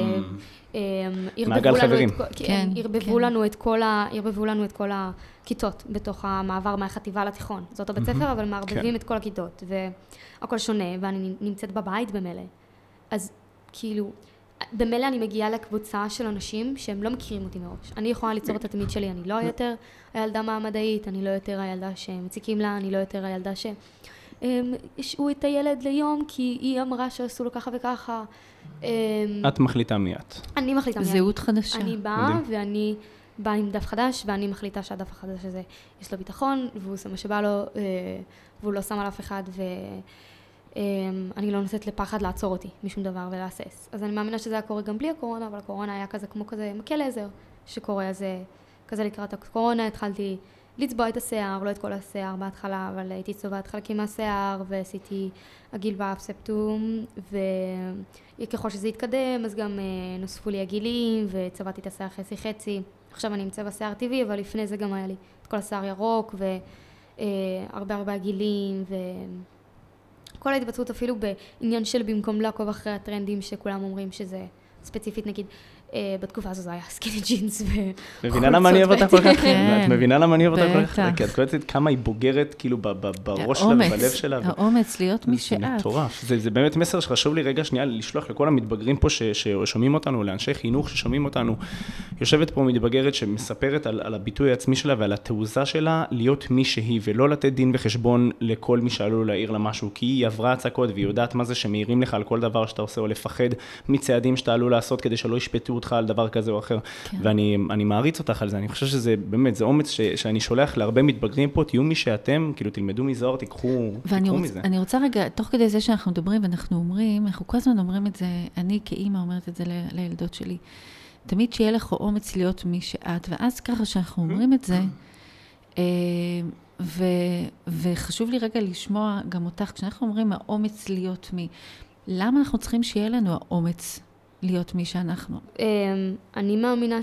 מעגל חברים. ערבבו לנו את כל ה... ערבבו לנו את כל הכיתות בתוך המעבר מהחטיבה לתיכון. זאת הבית ספר, אבל מערבבים את כל הכיתות, והכל שונה, ואני נמצאת בבית במלא. אז כאילו... במילא אני מגיעה לקבוצה של אנשים שהם לא מכירים אותי מראש. אני יכולה ליצור את התמיד שלי, אני לא יותר הילדה מעמדאית, אני לא יותר הילדה שמציקים לה, אני לא יותר הילדה שהשעו את הילד ליום כי היא אמרה שעשו לו ככה וככה. את מחליטה מי את. אני מחליטה מי את. זהות חדשה. אני באה ואני בא עם דף חדש, ואני מחליטה שהדף החדש הזה יש לו ביטחון, והוא עושה מה שבא לו, והוא לא שם על אף אחד, ואני לא נותנת לפחד לעצור אותי משום דבר ולהסס. אז אני מאמינה שזה היה קורה גם בלי הקורונה, אבל הקורונה היה כזה כמו כזה מקל עזר שקורה, אז כזה לקראת הקורונה התחלתי לצבוע את השיער, לא את כל השיער בהתחלה, אבל הייתי צובעת חלקים מהשיער, ועשיתי עגיל באף ספטום, וככל שזה התקדם, אז גם נוספו לי עגילים, וצבעתי את השיער חצי חצי. עכשיו אני עם צבע שיער טבעי, אבל לפני זה גם היה לי את כל השיער ירוק, והרבה הרבה עגילים, וכל ההתבצעות אפילו בעניין של במקום לעקוב אחרי הטרנדים שכולם אומרים שזה ספציפית, נגיד, בתקופה הזו זה היה סקיני ג'ינס וחולצות. מבינה למה אני אוהב אותה כל כך? את מבינה למה אני אוהב אותה כל כך? כי את קולטת כמה היא בוגרת כאילו בראש שלה ובלב שלה. האומץ להיות מי שאת. זה מטורף. זה באמת מסר שחשוב לי רגע שנייה לשלוח לכל המתבגרים פה ששומעים אותנו, לאנשי חינוך ששומעים אותנו. יושבת פה מתבגרת שמספרת על הביטוי העצמי שלה ועל התעוזה שלה להיות מי שהיא, ולא לתת דין וחשבון לכל מי שעלול להעיר לה משהו, כי היא עברה הצקות והיא יודעת מה זה שמעירים לך על כל דבר שאתה עושה, או לפחד מצעדים שאתה עלול לעשות כדי שלא ישפטו אותך על דבר כזה או אחר. כן. ואני אני מעריץ אותך על זה. אני חושב שזה באמת, זה אומץ ש, שאני שולח להרבה מתבגרים פה, תהיו מי שאתם, כאילו תלמדו מזוהר, תיקחו, תיקחו רוצ, מזה. אני רוצה רגע, תוך כדי זה שאנחנו מדברים, ואנחנו אומרים, אנחנו כל הזמן אומרים את זה, אני כאימא אומרת את זה ל, לילדות שלי, תמיד שיהיה לך אומץ להיות מי שאת, ואז ככה שאנחנו אומרים את זה, ו, וחשוב לי רגע לשמוע גם אותך, כשאנחנו אומרים האומץ להיות מי, למה אנחנו צריכים שיהיה לנו האומץ להיות מי שאנחנו? אני מאמינה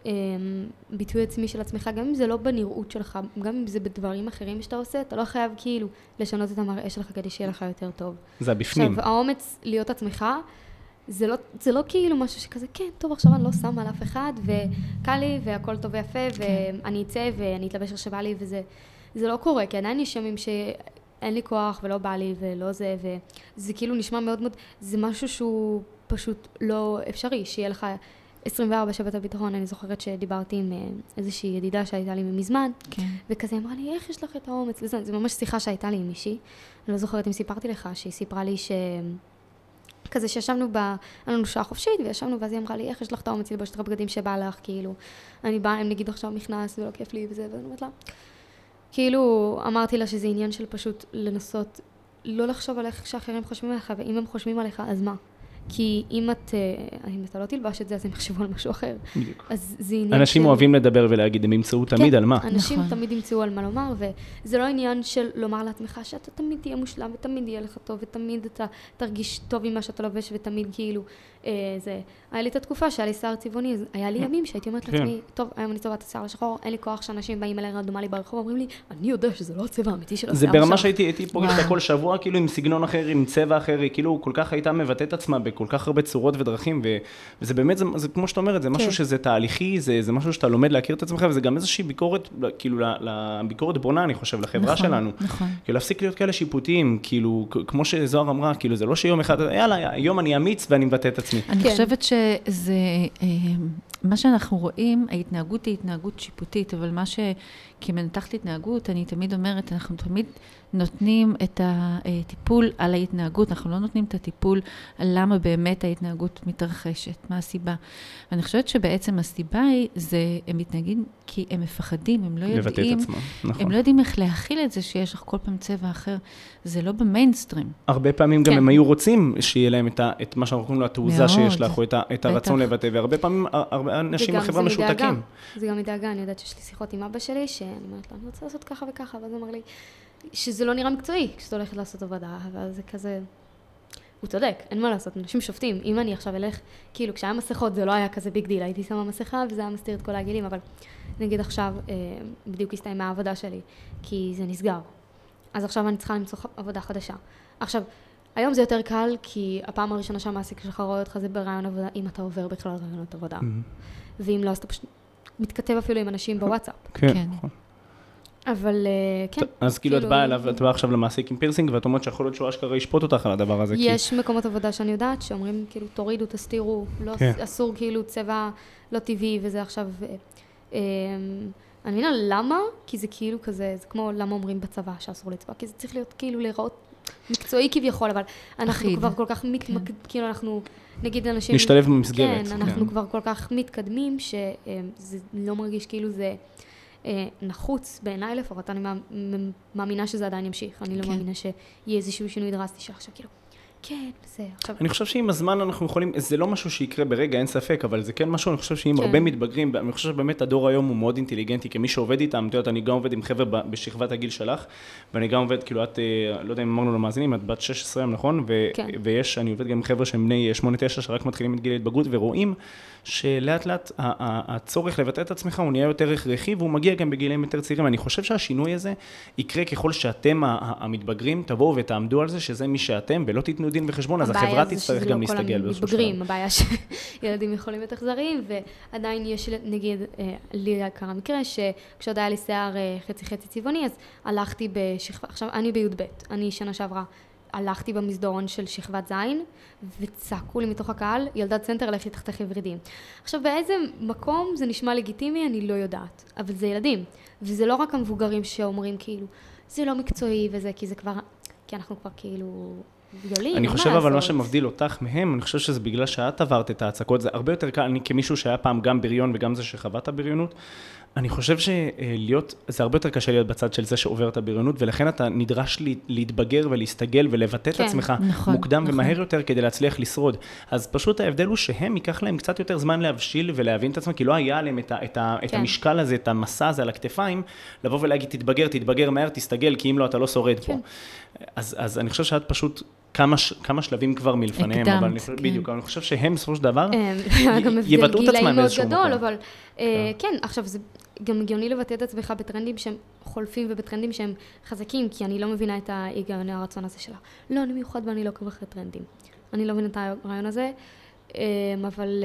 שביטוי עצמי של עצמך, גם אם זה לא בנראות שלך, גם אם זה בדברים אחרים שאתה עושה, אתה לא חייב כאילו לשנות את המראה שלך כדי שיהיה לך יותר טוב. זה בפנים. עכשיו, האומץ להיות עצמך, זה לא, זה לא כאילו משהו שכזה, כן, טוב, עכשיו אני לא שמה על אף אחד, וקל לי, והכל טוב ויפה, ואני אצא, ואני אתלבש שבא לי, וזה זה לא קורה, כי עדיין יש ימים שאין לי כוח, ולא בא לי, ולא זה, וזה כאילו נשמע מאוד מאוד, זה משהו שהוא פשוט לא אפשרי, שיהיה לך עשרים וארבע שעות הביטחון. אני זוכרת שדיברתי עם איזושהי ידידה שהייתה לי מזמן, כן. וכזה אמרה לי, איך יש לך את האומץ? זה, זה ממש שיחה שהייתה לי עם מישהי. אני לא זוכרת אם סיפרתי לך, שהיא סיפרה לי ש... כזה שישבנו ב... היה לנו שעה חופשית, וישבנו, ואז היא אמרה לי, איך יש לך את האומץ ללבוש את הבגדים שבא לך, כאילו, אני באה, אם נגיד עכשיו מכנס, ולא כיף לי, וזה, ואני אומרת לה, כאילו, אמרתי לה שזה עניין של פשוט לנסות, לא לחשוב על איך שאחרים חושבים עליך, ואם הם חושבים עליך, אז מה? כי אם את, אם אתה לא תלבש את זה, אז הם יחשבו על משהו אחר. בדיוק. אז זה עניין אנשים של... אוהבים לדבר ולהגיד, הם ימצאו תמיד כן, על מה. אנשים נכון. תמיד ימצאו על מה לומר, וזה לא עניין של לומר לעצמך שאתה תמיד תהיה מושלם, ותמיד יהיה לך טוב, ותמיד אתה תרגיש טוב עם מה שאתה לובש, ותמיד כאילו, אה, זה... היה לי את התקופה שהיה לי שיער צבעוני, אז היה לי ימים שהייתי אומרת כן. לעצמי, טוב, היום אני צובעת השיער השחור, אין לי כוח שאנשים באים אליי רנדומלי ברחוב, אומרים לי, אני יודע שזה לא הצבע האמיתי של זה השיער ברמה שלך. שהייתי הייתי פוגשת כל שבוע, כאילו עם סגנון אחר, עם צבע אחר, היא כאילו כל כך הייתה מבטאת עצמה בכל כך הרבה צורות ודרכים, ו, וזה באמת, זה, זה כמו שאתה אומרת, זה משהו כן. שזה תהליכי, זה, זה משהו שאתה לומד להכיר את עצמך, וזה גם איזושהי ביקורת, כאילו, לביקורת בונה, אני חושב, לחברה נכון, שלנו. נכון. כאילו, להפסיק להיות כאלה שיפוטיים, כאילו, כמו שזוהר אמרה, כאילו, זה לא שיום אחד, יאללה, היום אני אמיץ ואני מבטא את עצמי. אני כן. חושבת שזה, מה שאנחנו רואים, ההתנהגות היא התנהגות שיפוטית, אבל מה שכמנתחת התנהגות, אני תמיד אומרת, אנחנו תמיד נותנים את הטיפול על ההתנהגות, אנחנו לא נותנים את הטיפול על למה באמת ההתנהגות מתרחשת, מה הסיבה. ואני חושבת שבעצם הסיבה היא, זה, הם מתנהגים כי הם מפחדים, הם לא יודעים, נכון. הם לא יודעים איך להכיל את זה שיש לך כל פעם צבע אחר, זה לא במיינסטרים. הרבה פעמים גם כן. הם היו רוצים שיהיה להם את, ה, את מה שאנחנו קוראים לו התעוזה מאוד. שיש לך, או את, ה, את הרצון לבטא, והרבה פעמים הרבה אנשים בחברה משותקים. זה גם מדאגה, אני יודעת שיש לי שיחות עם אבא שלי, שאני אומרת לה, אני רוצה לעשות ככה וככה, ואז הוא אמר לי, שזה לא נראה מקצועי, כשאתה הולכת לעשות עבודה, אבל זה כזה, הוא צודק, אין מה לעשות, אנשים שופטים, אם אני עכשיו אלך, כאילו כשהיה מסכות זה לא היה כזה ביג דיל, הייתי שמה מסכה וזה היה מסתיר את כל העגילים, אבל נגיד עכשיו, אה, בדיוק הסתיימה העבודה שלי, כי זה נסגר, אז עכשיו אני צריכה למצוא עבודה חדשה. עכשיו, היום זה יותר קל, כי הפעם הראשונה שהמעסיק שלך רואה אותך זה ברעיון עבודה, אם אתה עובר בכלל רעיונות עבודה, ואם לא, אז אתה פשוט מתכתב אפילו עם אנשים בוואטסאפ. כן, נכון. אבל כן. אז כאילו את באה אליו, את באה עכשיו למעסיק עם פירסינג, ואת אומרת שיכול להיות שהוא אשכרה ישפוט אותך על הדבר הזה. יש מקומות עבודה שאני יודעת, שאומרים כאילו תורידו, תסתירו, אסור כאילו צבע לא טבעי, וזה עכשיו... אני מבינה למה, כי זה כאילו כזה, זה כמו למה אומרים בצבא שאסור לצבע, כי זה צריך להיות כאילו להיראות מקצועי כביכול, אבל אנחנו אחיד. כבר כל כך מתמקד, כאילו אנחנו, נגיד אנשים... משתלב במסגרת. כן, אנחנו כבר כל כך מתקדמים, שזה לא מרגיש כאילו זה נחוץ בעיניי לפחות, אני מאמינה שזה עדיין ימשיך, אני לא מאמינה שיהיה איזשהו שינוי דרסטי שעכשיו כאילו, כן, זה עכשיו... אני חושב שעם הזמן אנחנו יכולים, זה לא משהו שיקרה ברגע, אין ספק, אבל זה כן משהו, אני חושב שעם הרבה מתבגרים, אני חושב שבאמת הדור היום הוא מאוד אינטליגנטי, כמי שעובד איתם, אתה יודע, אני גם עובד עם חבר'ה בשכבת הגיל שלך, ואני גם עובד, כאילו, את, לא יודע אם אמרנו למאזינים, את בת שש עשרה, נכון? ויש, אני עובד גם עם חבר'ה שהם בני שמונה תשע, שרק מתחילים את גיל ההתבגרות, ורואים שלאט לאט הצורך לבטא את עצמך הוא נהיה יותר הכרחי, והוא מגיע גם בגילים יותר צעירים. אני חושב שהשינוי הזה יקרה ככל שאתם המתבגרים תבואו ותעמדו על זה, שזה מי שאתם, ולא תיתנו דין וחשבון, אז החברה תצטרך גם להסתגל באיזשהו שלב. הבעיה שילדים יכולים להיות אכזריים, ועדיין יש, נגיד, לי קרה מקרה, שכשעוד היה לי שיער חצי חצי צבעוני, אז הלכתי בשכבה, עכשיו אני בי"ב, אני שנה שעברה, הלכתי במסדרון של שכבת זין, וצעקו לי מתוך הקהל, ילדת סנטר, לכי תחתכי ורידים. עכשיו, באיזה מקום זה נשמע לגיטימי, אני לא יודעת. אבל זה ילדים. וזה לא רק המבוגרים שאומרים כאילו, זה לא מקצועי וזה, כי זה כבר, כי אנחנו כבר כאילו גדולים. אני חושב אבל מה שמבדיל אותך מהם, אני חושב שזה בגלל שאת עברת את ההצקות, זה הרבה יותר קל, אני כמישהו שהיה פעם גם בריון וגם זה שחוות הבריונות, אני חושב שלהיות, זה הרבה יותר קשה להיות בצד של זה שעובר את הבריונות, ולכן אתה נדרש להתבגר ולהסתגל ולבטא את עצמך מוקדם ומהר יותר כדי להצליח לשרוד. אז פשוט ההבדל הוא שהם ייקח להם קצת יותר זמן להבשיל ולהבין את עצמם, כי לא היה עליהם את המשקל הזה, את המסע הזה על הכתפיים, לבוא ולהגיד תתבגר, תתבגר מהר, תסתגל, כי אם לא אתה לא שורד פה. אז אני חושב שאת פשוט כמה שלבים כבר מלפניהם, אבל בדיוק, אני חושב שהם בסופו של דבר יבטאו את עצמם באיזשהו מקום. כן, עכשיו זה גם הגיוני לבטא את עצמך בטרנדים שהם חולפים ובטרנדים שהם חזקים, כי אני לא מבינה את ההיגיון הרצון הזה שלה. לא, אני מיוחד ואני לא עוקב אחרי טרנדים. אני לא מבינה את הרעיון הזה, אבל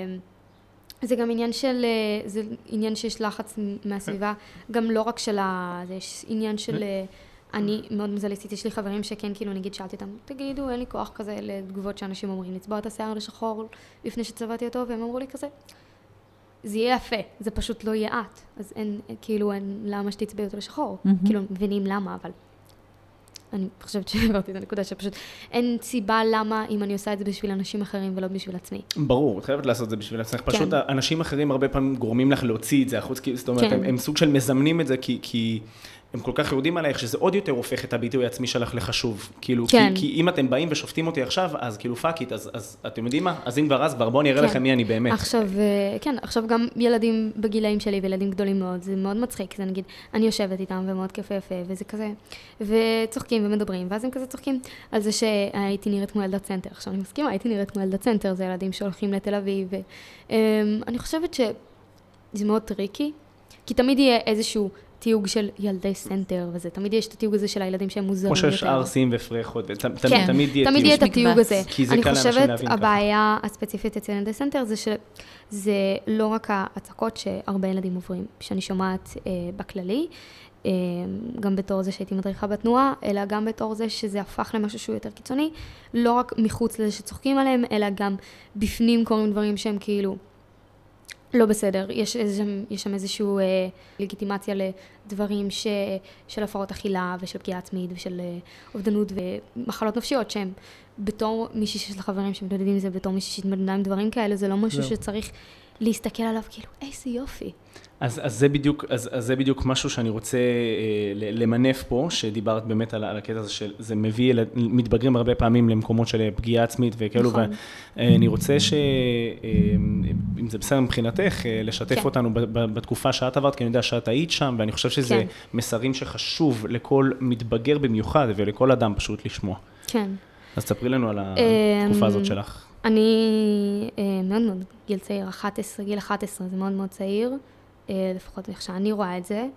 זה גם עניין של, זה עניין שיש לחץ מהסביבה, גם לא רק של ה... זה יש עניין של... אני מאוד מזליסטית, יש לי חברים שכן, כאילו נגיד שאלתי אותם, תגידו, אין לי כוח כזה לתגובות שאנשים אומרים, לצבוע את השיער לשחור לפני שצבעתי אותו, והם אמרו לי כזה, זה יהיה יפה, זה פשוט לא יהיה את. אז אין, כאילו, אין, למה שתצבע אותו לשחור? Mm-hmm. כאילו, מבינים למה, אבל אני חושבת שעברתי את הנקודה שפשוט אין סיבה למה אם אני עושה את זה בשביל אנשים אחרים ולא בשביל עצמי. ברור, את חייבת לעשות את זה בשביל עצמך. כן. פשוט אנשים אחרים הרבה פעמים גורמים לך להוציא את זה, החוץ, זאת אומרת, כן. הם, הם סוג של מזמנים את זה, כי... כי... הם כל כך יודעים עלייך שזה עוד יותר הופך את הביטוי העצמי שלך לחשוב. כאילו, כן. כי, כי אם אתם באים ושופטים אותי עכשיו, אז כאילו פאקית, אז, אז אתם יודעים מה? אז אם כבר אז כבר בואו נראה כן. לכם מי אני באמת. עכשיו, כן, עכשיו גם ילדים בגילאים שלי וילדים גדולים מאוד, זה מאוד מצחיק. זה נגיד, אני יושבת איתם ומאוד כיף יפה, וזה כזה, וצוחקים ומדברים, ואז הם כזה צוחקים על זה שהייתי נראית כמו ילדת סנטר. עכשיו אני מסכימה, הייתי נראית כמו ילדת סנטר, זה ילדים שהולכים לתל אביב, ואני חושבת שזה מאוד טריקי, כי תמיד יהיה איזשהו תיוג של ילדי סנטר וזה, תמיד יש את התיוג הזה של הילדים שהם מוזרים יותר. כמו שיש ערסים ופרחות, כן, תמיד יהיה תמיד יהיה את התיוג הזה. כי זה קל לאנשים להבין ככה. אני חושבת, הבעיה הספציפית אצל ילדי סנטר זה שזה לא רק ההצקות שהרבה ילדים עוברים, שאני שומעת אה, בכללי, אה, גם בתור זה שהייתי מדריכה בתנועה, אלא גם בתור זה שזה הפך למשהו שהוא יותר קיצוני, לא רק מחוץ לזה שצוחקים עליהם, אלא גם בפנים קוראים דברים שהם כאילו לא בסדר, יש, יש שם איזושהי אה, לגיטימציה לדברים ש, של הפרעות אכילה ושל פגיעה עצמית ושל אה, אובדנות ומחלות נפשיות שהם בתור מישהי שיש לחברים שמתמודדים עם זה, בתור מישהי שהתמודדה עם דברים כאלה, זה לא משהו לא. שצריך להסתכל עליו כאילו, איזה יופי. אז, אז, זה בדיוק, אז, אז זה בדיוק משהו שאני רוצה אה, למנף פה, שדיברת באמת על, על הקטע הזה שזה מביא, מתבגרים הרבה פעמים למקומות של פגיעה עצמית וכאלו, נכון. ואני רוצה ש, אה, אם זה בסדר מבחינתך, אה, לשתף כן. אותנו ב, ב, בתקופה שאת עברת, כי אני יודע שאת היית שם, ואני חושב שזה כן. מסרים שחשוב לכל מתבגר במיוחד, ולכל אדם פשוט לשמוע. כן. אז תספרי לנו על התקופה הזאת שלך. אני אה, מאוד מאוד גיל צעיר, אחת עשרה, גיל אחת עשרה, זה מאוד מאוד צעיר. לפחות איך שאני רואה את זה,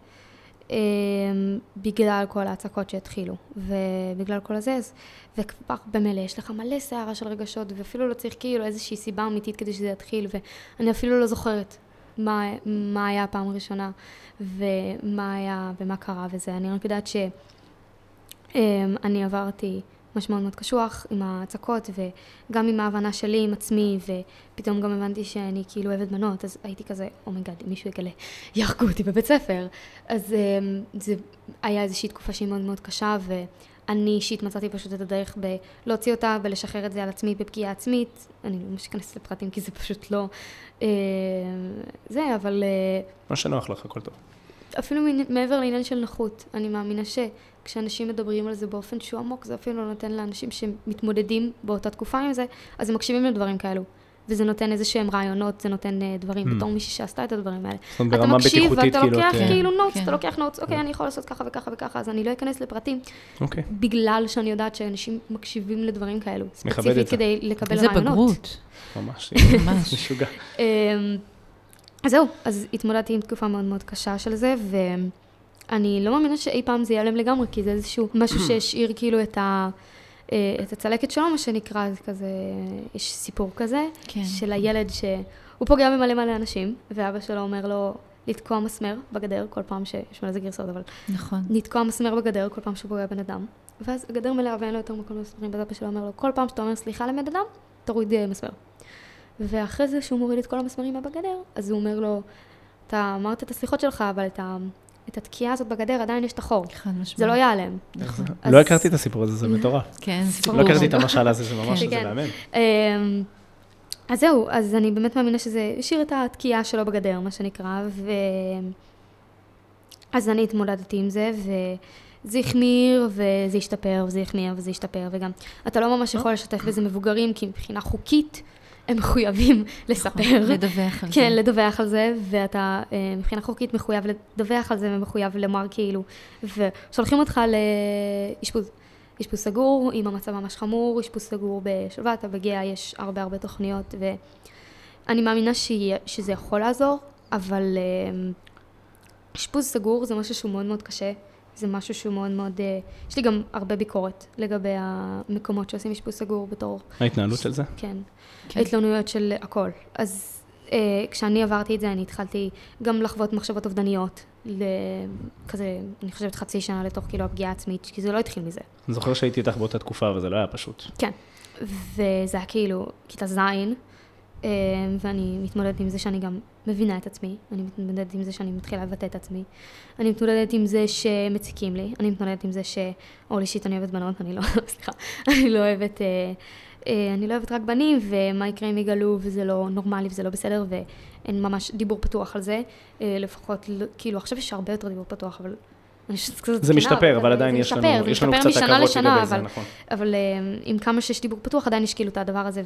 בגלל כל ההצקות שהתחילו, ובגלל כל הזה, וכבר במילא יש לך מלא שערה של רגשות, ואפילו לא צריך כאילו איזושהי סיבה אמיתית כדי שזה יתחיל, ואני אפילו לא זוכרת מה, מה היה הפעם הראשונה, ומה היה, ומה קרה וזה. אני רק יודעת שאני עברתי ממש מאוד מאוד קשוח עם ההצקות, וגם עם ההבנה שלי עם עצמי, ופתאום גם הבנתי שאני כאילו אוהבת בנות, אז הייתי כזה, אומייגאד, אם מישהו יגלה, יחקו אותי בבית ספר. אז זה היה איזושהי תקופה שהיא מאוד מאוד קשה, ואני אישית מצאתי פשוט את הדרך בלהוציא אותה ולשחרר את זה על עצמי בפגיעה עצמית. אני לא ממש אכנס לפרטים כי זה פשוט לא זה, אבל... מה שנוח לך, הכל טוב. אפילו מעבר לעניין של נוחות, אני מאמינה שכשאנשים מדברים על זה באופן שהוא עמוק, זה אפילו לא נותן לאנשים שמתמודדים באותה תקופה עם זה, אז הם מקשיבים לדברים כאלו. וזה נותן איזה שהם רעיונות, זה נותן דברים, בתור מישהי שעשתה את הדברים האלה. אתה מקשיב ואתה לוקח כאילו נוטס, אתה לוקח נוטס, אוקיי, אני יכול לעשות ככה וככה וככה, אז אני לא אכנס לפרטים, בגלל שאני יודעת שאנשים מקשיבים לדברים כאלו, ספציפית כדי לקבל רעיונות. זה בגרות. ממש, ממש משוגע. אז זהו, אז התמודדתי עם תקופה מאוד מאוד קשה של זה, ואני לא מאמינה שאי פעם זה ייעלם לגמרי, כי זה איזשהו משהו שהשאיר כאילו את ה... את הצלקת שלו, מה שנקרא, זה כזה, יש סיפור כזה, כן. של הילד שהוא פוגע במלא מלא אנשים, ואבא שלו אומר לו לתקוע מסמר בגדר, כל פעם ש... יש מלא זה גרסאות, אבל... נכון. לתקוע מסמר בגדר, כל פעם שהוא פוגע בן אדם, ואז הגדר מלאה ואין לו יותר מקום מסמרים, ואבא שלו אומר לו, כל פעם שאתה אומר סליחה לבן אדם, תוריד מסמר. ואחרי זה שהוא מוריד את כל המסמרים בגדר, אז הוא אומר לו, אתה אמרת את הסליחות שלך, אבל את ה... את התקיעה הזאת בגדר, עדיין יש את החור. זה לא ייעלם. לא הכרתי את הסיפור הזה, זה מטורף. כן, סיפור. לא הכרתי את המשל הזה, זה ממש, זה מאמן. אז זהו, אז אני באמת מאמינה שזה השאיר את התקיעה שלו בגדר, מה שנקרא, ו... אז אני התמודדתי עם זה, וזה החמיר, וזה השתפר, וזה החמיר, וזה השתפר, וגם אתה לא ממש יכול לשתף בזה מבוגרים, כי מבחינה חוקית, הם מחויבים לספר. לדווח על זה. כן, לדווח על זה, ואתה מבחינה חוקית מחויב לדווח על זה, ומחויב למר כאילו, ושולחים אותך לאשפוז. אשפוז סגור, עם המצב ממש חמור, אשפוז סגור בשלוותה, בגאה יש הרבה הרבה תוכניות, ואני מאמינה שזה יכול לעזור, אבל אשפוז סגור זה משהו שהוא מאוד מאוד קשה, זה משהו שהוא מאוד מאוד, יש לי גם הרבה ביקורת לגבי המקומות שעושים אשפוז סגור בתור... ההתנהלות של זה? כן. ההתלוננויות של הכל. אז אה, כשאני עברתי את זה, אני התחלתי גם לחוות מחשבות אובדניות, כזה, אני חושבת חצי שנה לתוך כאילו הפגיעה עצמית, כי זה לא התחיל מזה. אני זוכר שהייתי איתך באותה תקופה, וזה לא היה פשוט. כן. וזה היה כאילו כיתה זין, אה, ואני מתמודדת עם זה שאני גם מבינה את עצמי, אני מתמודדת עם זה שאני מתחילה לבטא את עצמי, אני מתמודדת עם זה שמציקים לי, אני מתמודדת עם זה ש... או לישית, אני אוהבת בנות, אני לא, סליחה, אני לא אוהבת... אה, אני לא אוהבת רק בנים, ומה יקרה אם יגלו, וזה לא נורמלי, וזה לא בסדר, ואין ממש דיבור פתוח על זה, לפחות, כאילו, עכשיו יש הרבה יותר דיבור פתוח, אבל... זה משתפר, אבל עדיין יש לנו קצת עקבות לגבי זה, נכון. אבל עם כמה שיש דיבור פתוח, עדיין יש כאילו את הדבר הזה,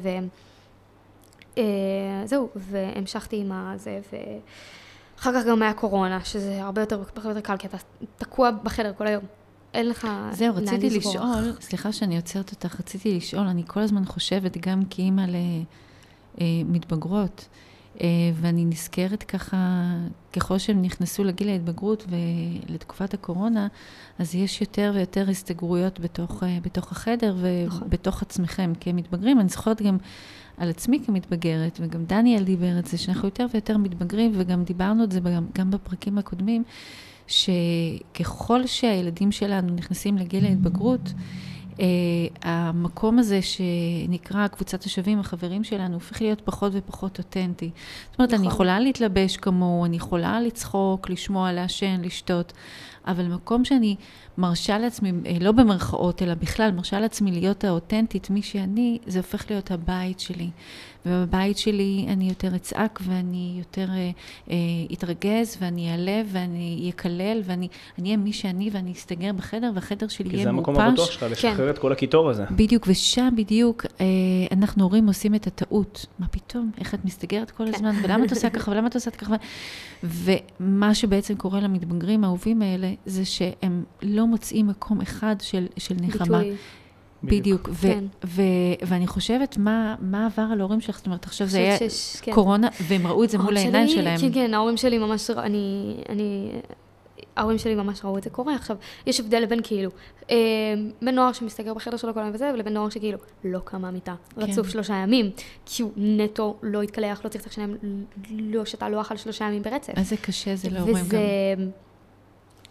וזהו, והמשכתי עם זה, ואחר כך גם היה קורונה, שזה הרבה יותר קל, כי אתה תקוע בחדר כל היום. אין לך... זהו, רציתי לשאול, סליחה שאני יוצרת אותך, רציתי לשאול, אני כל הזמן חושבת גם כאימא למתבגרות, ואני נזכרת ככה, ככל שהם נכנסו לגיל ההתבגרות ולתקופת הקורונה, אז יש יותר ויותר הסתגרויות בתוך, בתוך החדר ובתוך עצמכם כמתבגרים. אני זוכרת גם על עצמי כמתבגרת, וגם דניאל דיבר את זה, שאנחנו יותר ויותר מתבגרים, וגם דיברנו את זה גם, גם בפרקים הקודמים, שככל שהילדים שלנו נכנסים לגיל ההתבגרות, אה, המקום הזה שנקרא קבוצת השווים, החברים שלנו, הופך להיות פחות ופחות אותנטי. זאת אומרת, נכון. אני יכולה להתלבש כמו, אני יכולה לצחוק, לשמוע, לעשן, לשתות, אבל מקום שאני מרשה לעצמי, לא במרכאות, אלא בכלל, מרשה לעצמי להיות האותנטית, מי שאני, זה הופך להיות הבית שלי. ובבית שלי אני יותר אצעק, ואני יותר אה, אה, אתרגז, ואני אעלה, ואני אקלל, ואני אהיה מי שאני, ואני אסתגר בחדר, והחדר שלי יהיה מופש. כי זה המקום הבטוח שלך, לשחרר את כל הקיטור הזה. בדיוק, ושם בדיוק, אה, אנחנו הורים עושים את הטעות. מה פתאום? איך את מסתגרת כל הזמן? ולמה את עושה ככה? ולמה את עושה ככה? ומה שבעצם קורה למתבגרים האהובים האלה, זה שהם לא מוצאים מקום אחד של, של נחמה. ביטוי. בדיוק, ו- כן. ו- ואני חושבת מה, מה עבר על ההורים שלך, זאת אומרת, עכשיו זה היה שיש, קורונה, כן. והם ראו את זה מול העיניים שלהם. כן, כן, ההורים שלי ממש, אני, אני, ההורים שלי ממש ראו את זה קורה. עכשיו, יש הבדל לבין כאילו, אה, בן נוער שמסתגר בחדר שלו כל היום וזה, ולבן נוער שכאילו לא קמה מיטה, כן. רצוף שלושה ימים, כי הוא נטו לא התקלח, לא צריך שניהם, לא שתה, לא אכל שלושה ימים ברצף. אז זה קשה, זה להורים גם.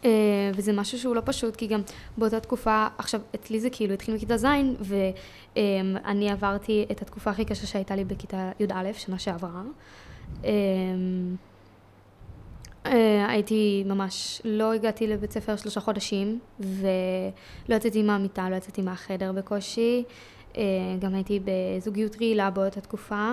וזה משהו שהוא לא פשוט, כי גם באותה תקופה, עכשיו, אצלי זה כאילו התחיל מכיתה זין, ואני עברתי את התקופה הכי קשה שהייתה לי בכיתה י"א, שנה שעברה. הייתי ממש, לא הגעתי לבית ספר שלושה חודשים, ולא יצאתי מהמיטה, לא יצאתי מהחדר בקושי. גם הייתי בזוגיות רעילה באותה תקופה.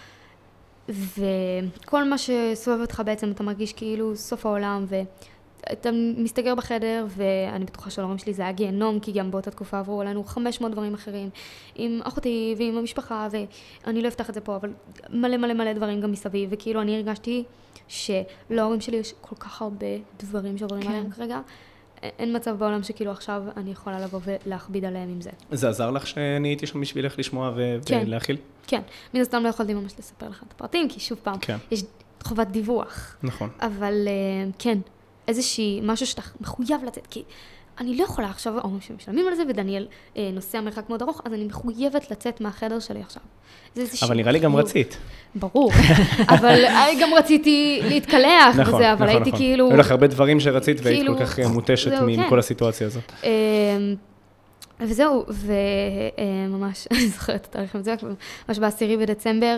וכל מה שסובב אותך בעצם, אתה מרגיש כאילו סוף העולם, ואתה מסתגר בחדר, ואני בטוחה שלהורים שלי זה היה גיהנום, כי גם באותה תקופה עברו עלינו חמש מאות דברים אחרים, עם אחותי ועם המשפחה, ואני לא אפתח את זה פה, אבל מלא מלא מלא דברים גם מסביב, וכאילו אני הרגשתי שלהורים שלי יש כל כך הרבה דברים שעוברים כן. עליהם כרגע, אין מצב בעולם שכאילו עכשיו אני יכולה לבוא ולהכביד עליהם עם זה. זה עזר לך שאני הייתי שם בשבילך לשמוע ו- כן. ולהכיל? כן, מן הסתם לא יכולתי ממש לספר לך את הפרטים, כי שוב פעם, כן. יש חובת דיווח. נכון. אבל כן, איזושהי משהו שאתה מחויב לצאת, כי אני לא יכולה עכשיו, אומרים שמשלמים על זה, ודניאל נוסע מרחק מאוד ארוך, אז אני מחויבת לצאת מהחדר שלי עכשיו. אבל נראה לי גם רצית. ברור, אבל גם רציתי להתקלח וזה, אבל הייתי כאילו... היו לך הרבה דברים שרצית והיית כל כך מוטשת מכל הסיטואציה הזאת. וזהו, וממש, אני זוכרת את התאריך המדויק, ממש בעשירי בדצמבר,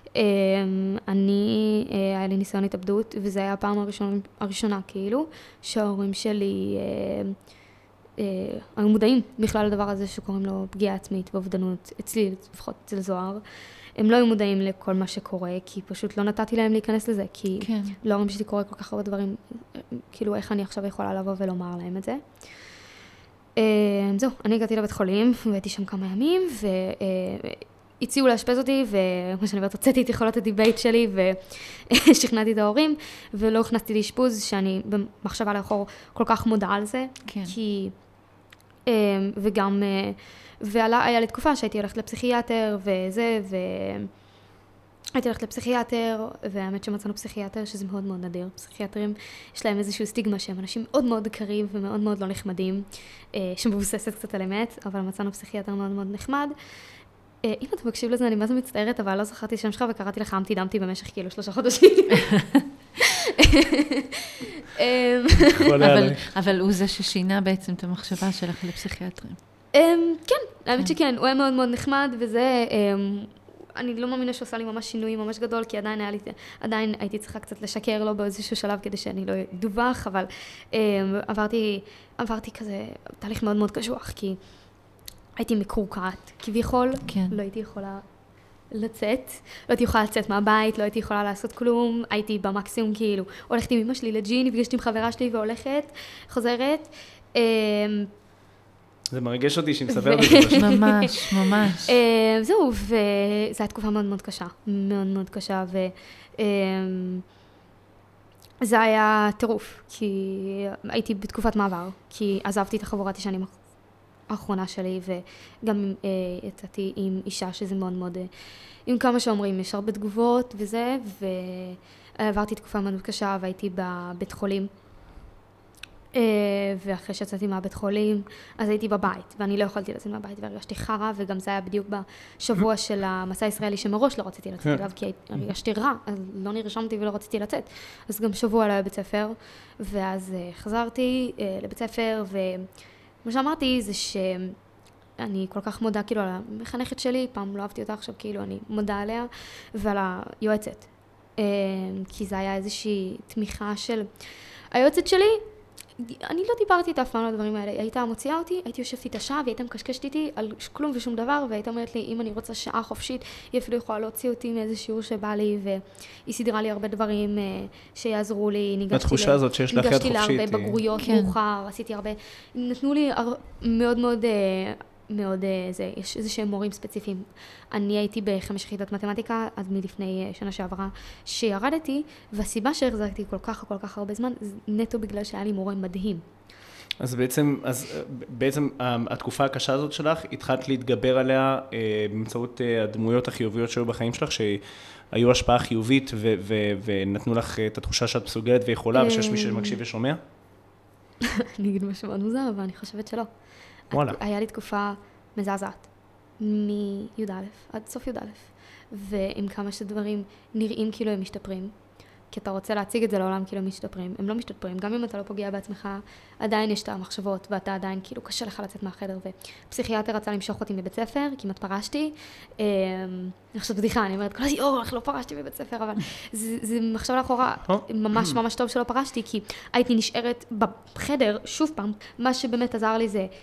אני, היה לי ניסיון התאבדות, וזה היה הפעם הראשונה, כאילו, שההורים שלי היו מודעים בכלל לדבר הזה שקוראים לו פגיעה עצמית ואובדנות, אצלי, לפחות אצל זוהר. הם לא היו מודעים לכל מה שקורה, כי פשוט לא נתתי להם להיכנס לזה, כי כן. להורים שלי קורה כל כך הרבה דברים, כאילו איך אני עכשיו יכולה לבוא ולומר להם את זה. זהו, אני הגעתי לבית חולים, והייתי שם כמה ימים, והציעו להשפז אותי, וכמו שאני אומרת, הוצאתי את יכולות הדיבייט שלי, ושכנעתי את ההורים, ולא הכנסתי לאשפוז, שאני במחשבה לאחור כל כך מודעה על זה, כן. כי... וגם... והיה לי תקופה שהייתי הולכת לפסיכיאטר, וזה, ו... הייתי הולכת לפסיכיאטר, והאמת שמצאנו פסיכיאטר, שזה מאוד מאוד נדיר. פסיכיאטרים, יש להם איזשהו סטיגמה שהם אנשים מאוד מאוד קרים ומאוד מאוד לא נחמדים, שמבוססת קצת על אמת, אבל מצאנו פסיכיאטר מאוד מאוד נחמד. אם אתה מקשיב לזה, אני מה זה מצטערת, אבל לא זכרתי שם שלך, וקראתי לך אמתי דמתי במשך כאילו שלושה חודשים. אבל הוא זה ששינה בעצם את המחשבה שלך לפסיכיאטרים. כן, האמת שכן, הוא היה מאוד מאוד נחמד, וזה... אני לא מאמינה שעושה לי ממש שינוי ממש גדול, כי עדיין היה לי, עדיין הייתי צריכה קצת לשקר לו באיזשהו שלב כדי שאני לא אדווח, אבל אה, עברתי, עברתי כזה תהליך מאוד מאוד קשוח, כי הייתי מקורקעת כביכול, כן. לא הייתי יכולה לצאת, לא הייתי יכולה לצאת מהבית, לא הייתי יכולה לעשות כלום, הייתי במקסימום כאילו, הולכת עם אמא שלי לג'ין, נפגשתי עם חברה שלי והולכת, חוזרת, אה, זה מרגש אותי שהיא מספרת את זה. ממש, ממש. זהו, וזו הייתה תקופה מאוד מאוד קשה, מאוד מאוד קשה, וזה היה טירוף, כי הייתי בתקופת מעבר, כי עזבתי את החבורת השנים האחרונה שלי, וגם יצאתי עם אישה שזה מאוד מאוד, עם כמה שאומרים, יש הרבה תגובות וזה, ועברתי תקופה מאוד קשה, והייתי בבית חולים, ואחרי שיצאתי מהבית חולים, אז הייתי בבית, ואני לא יכולתי לצאת מהבית, והרגשתי חרא, וגם זה היה בדיוק בשבוע של המסע הישראלי, שמראש לא רציתי לצאת אליו, כי הרגשתי רע, אז לא נרשמתי ולא רציתי לצאת. אז גם שבוע לא היה בית ספר, ואז חזרתי לבית ספר, ומה שאמרתי זה שאני כל כך מודה, כאילו, על המחנכת שלי, פעם לא אהבתי אותה, עכשיו כאילו אני מודה עליה, ועל היועצת. כי זה היה איזושהי תמיכה של היועצת שלי, אני לא דיברתי את אף פעם על הדברים האלה, היא הייתה מוציאה אותי, הייתי יושבת איתה שעה, והיא הייתה מקשקשת איתי על כלום ושום דבר, והייתה אומרת לי, אם אני רוצה שעה חופשית, היא אפילו יכולה להוציא אותי מאיזה שיעור שבא לי, והיא סידרה לי הרבה דברים שיעזרו לי, ניגשתי, הזאת שיש לך יד חופשית, ניגשתי להרבה בגרויות כן. מאוחר, עשיתי הרבה, נתנו לי מאוד מאוד, מאוד, זה, יש איזה שהם מורים ספציפיים. אני הייתי בחמש יחידות מתמטיקה, עד מלפני שנה שעברה, שירדתי, והסיבה שהחזקתי כל כך, כל כך הרבה זמן, זה נטו בגלל שהיה לי מורה מדהים. אז בעצם, אז בעצם התקופה הקשה הזאת שלך, התחלת להתגבר עליה באמצעות הדמויות החיוביות שהיו בחיים שלך, שהיו השפעה חיובית ו- ו- ונתנו לך את התחושה שאת מסוגלת ויכולה, ושיש מי שמקשיב ושומע? אני אגיד משהו מאוד מוזר, אבל אני חושבת שלא. וואלה. היה לי תקופה מזעזעת, מ-י"א עד סוף י"א, ועם כמה שדברים נראים כאילו הם משתפרים, כי אתה רוצה להציג את זה לעולם כאילו משתפרים. הם לא משתפרים, גם אם אתה לא פוגע בעצמך, עדיין יש את המחשבות, ואתה עדיין כאילו קשה לך לצאת מהחדר, ופסיכיאטר רצה למשוך אותי מבית ספר, כמעט פרשתי. עכשיו בדיחה, אני אומרת, כל הזמן, אור, איך לא פרשתי מבית ספר, אבל זה, זה מחשב לאחורה ממש ממש טוב שלא פרשתי, כי הייתי נשארת בחדר, שוב פעם, מה שבאמת עזר לי זה,